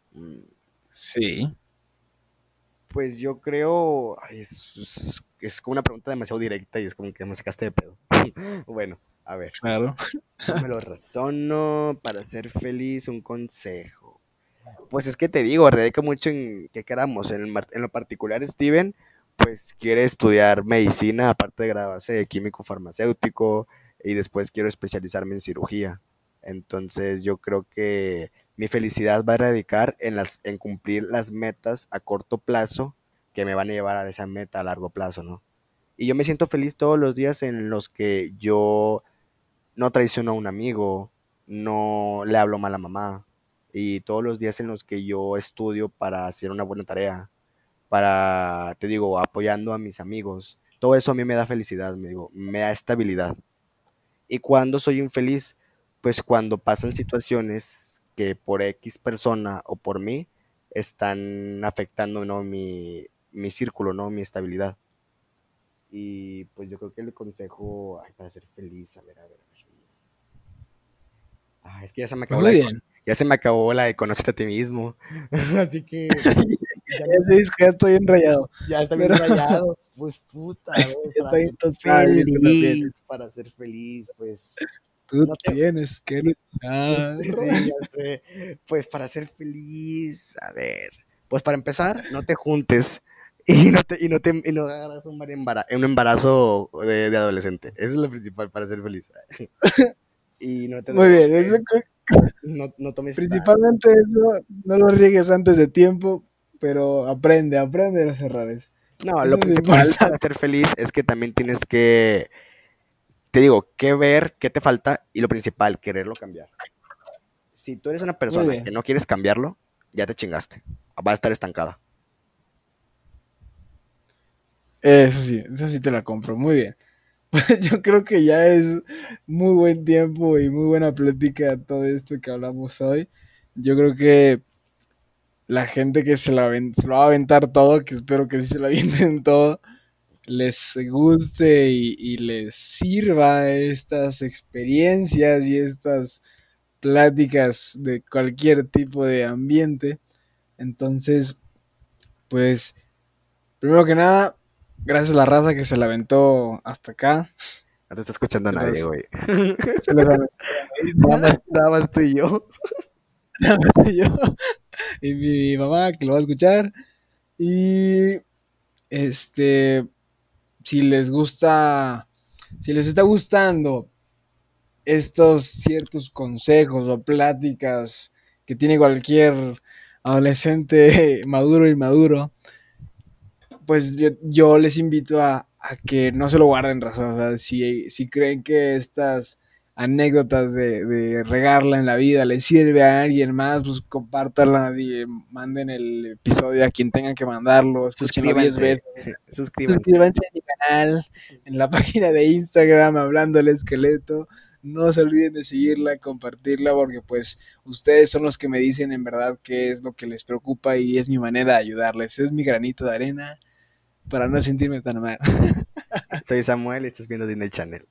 Sí, Pues yo creo, ay, es como una pregunta demasiado directa y es como que me sacaste de pedo. Bueno, a ver, claro. déjame lo razono. Para ser feliz, un consejo. Pues es que te digo, radica mucho en qué queramos. En lo particular, Steven, pues quiere estudiar medicina, aparte de graduarse de químico farmacéutico, y después quiero especializarme en cirugía. Entonces yo creo que mi felicidad va a radicar en cumplir las metas a corto plazo que me van a llevar a esa meta a largo plazo, ¿no? Y yo me siento feliz todos los días en los que yo no traiciono a un amigo, no le hablo mal a mamá, y todos los días en los que yo estudio para hacer una buena tarea, para, te digo, apoyando a mis amigos, todo eso a mí me da felicidad, me da estabilidad. Y cuando soy infeliz, pues cuando pasan situaciones que por X persona o por mí están afectando, ¿no? mi círculo, ¿no? Mi estabilidad. Y pues yo creo que el consejo, ay, para ser feliz, a ver. Ah, es que ya se me Pues acabó muy bien. ya se me acabó la de conocerte a ti mismo. Así que ya Ya no, se dice que ya estoy bien rayado. ya está bien Pero rayado. Pues puta, güey, ya estoy total, yo también. para ser feliz, pues Tú no te, tienes que luchar. sí, ya sé. Pues para ser feliz, a ver, pues para empezar, no te juntes y no agarras un embarazo de adolescente. Eso es lo principal para ser feliz. Y no te Muy drogues, bien, eso, no tomes principalmente eso, no lo riegues antes de tiempo, pero aprende de los errores. no, lo Eso es lo principal para importante. ser feliz es que también tienes que, te digo, que ver qué te falta y lo principal, quererlo cambiar. Si tú eres una Muy persona que bien. no quieres cambiarlo, ya te chingaste. Va a estar estancada. Eso sí te la compro. Muy bien. Pues yo creo que ya es muy buen tiempo y muy buena plática todo esto que hablamos hoy. Yo creo que la gente que se lo va a aventar todo, que espero que sí se lo avienten todo, les guste y les sirva estas experiencias y estas pláticas de cualquier tipo de ambiente. Entonces, pues, primero que nada, gracias a la raza que se la aventó hasta acá. No te está escuchando Se nadie, los, güey. se los aventó ahorita. Nada más tú y yo. Yo y mi mamá que lo va a escuchar. Y este, si les gusta, si les está gustando estos ciertos consejos o pláticas que tiene cualquier adolescente maduro y maduro, pues yo les invito a que no se lo guarden razón. O sea, si creen que estas anécdotas de regarla en la vida les sirve a alguien más, pues compártanla y manden el episodio a quien tengan que mandarlo, escúchenlo 10 Suscríbanse. veces. Suscríbanse. Suscríbanse a mi canal, en la página de Instagram, Hablando el Esqueleto. No se olviden de seguirla, compartirla, porque pues ustedes son los que me dicen en verdad qué es lo que les preocupa y es mi manera de ayudarles. Es mi granito de arena para no sentirme tan mal. Soy Samuel y estás viendo Disney Channel.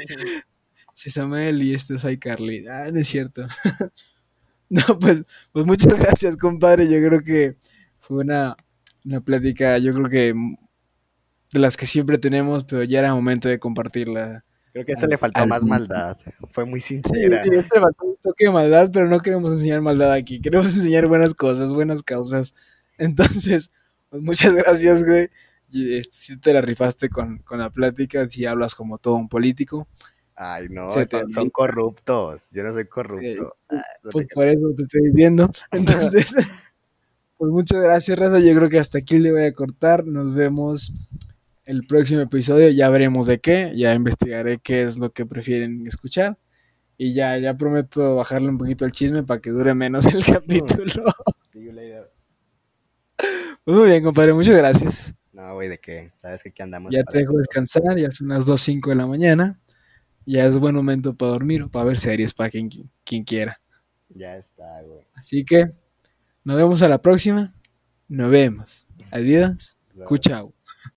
Sí, Samuel y este es iCarly. Ah, no es cierto. No, pues muchas gracias, compadre. Yo creo que fue una plática, yo creo que de las que siempre tenemos, pero ya era momento de compartirla. Creo que a esta le faltó Al más maldad. Fue muy Sí, sincera. sí, este faltó un toque de maldad, pero no queremos enseñar maldad aquí. Queremos enseñar buenas cosas, buenas causas. Entonces, pues muchas gracias, güey. Y si te la rifaste con la plática, si hablas como todo un político. Ay, no, Se te son corruptos. Yo no soy eh, corrupto. Ah, no te pues creas. por eso te estoy diciendo. Entonces, pues muchas gracias, Raza. Yo creo que hasta aquí le voy a cortar. Nos vemos el próximo episodio. Ya veremos de qué. Ya investigaré qué es lo que prefieren escuchar. Y ya prometo bajarle un poquito el chisme para que dure menos el capítulo. See you later. Pues muy bien, compadre, muchas gracias. No, güey, ¿de qué? Sabes que aquí andamos Ya para te dejo todo. descansar, ya son las 2:05 de la mañana. Ya es buen momento para dormir o para ver series para quien quiera. Ya está, güey. Así que nos vemos a la próxima. Nos vemos. Adiós. Claro. Cuchao.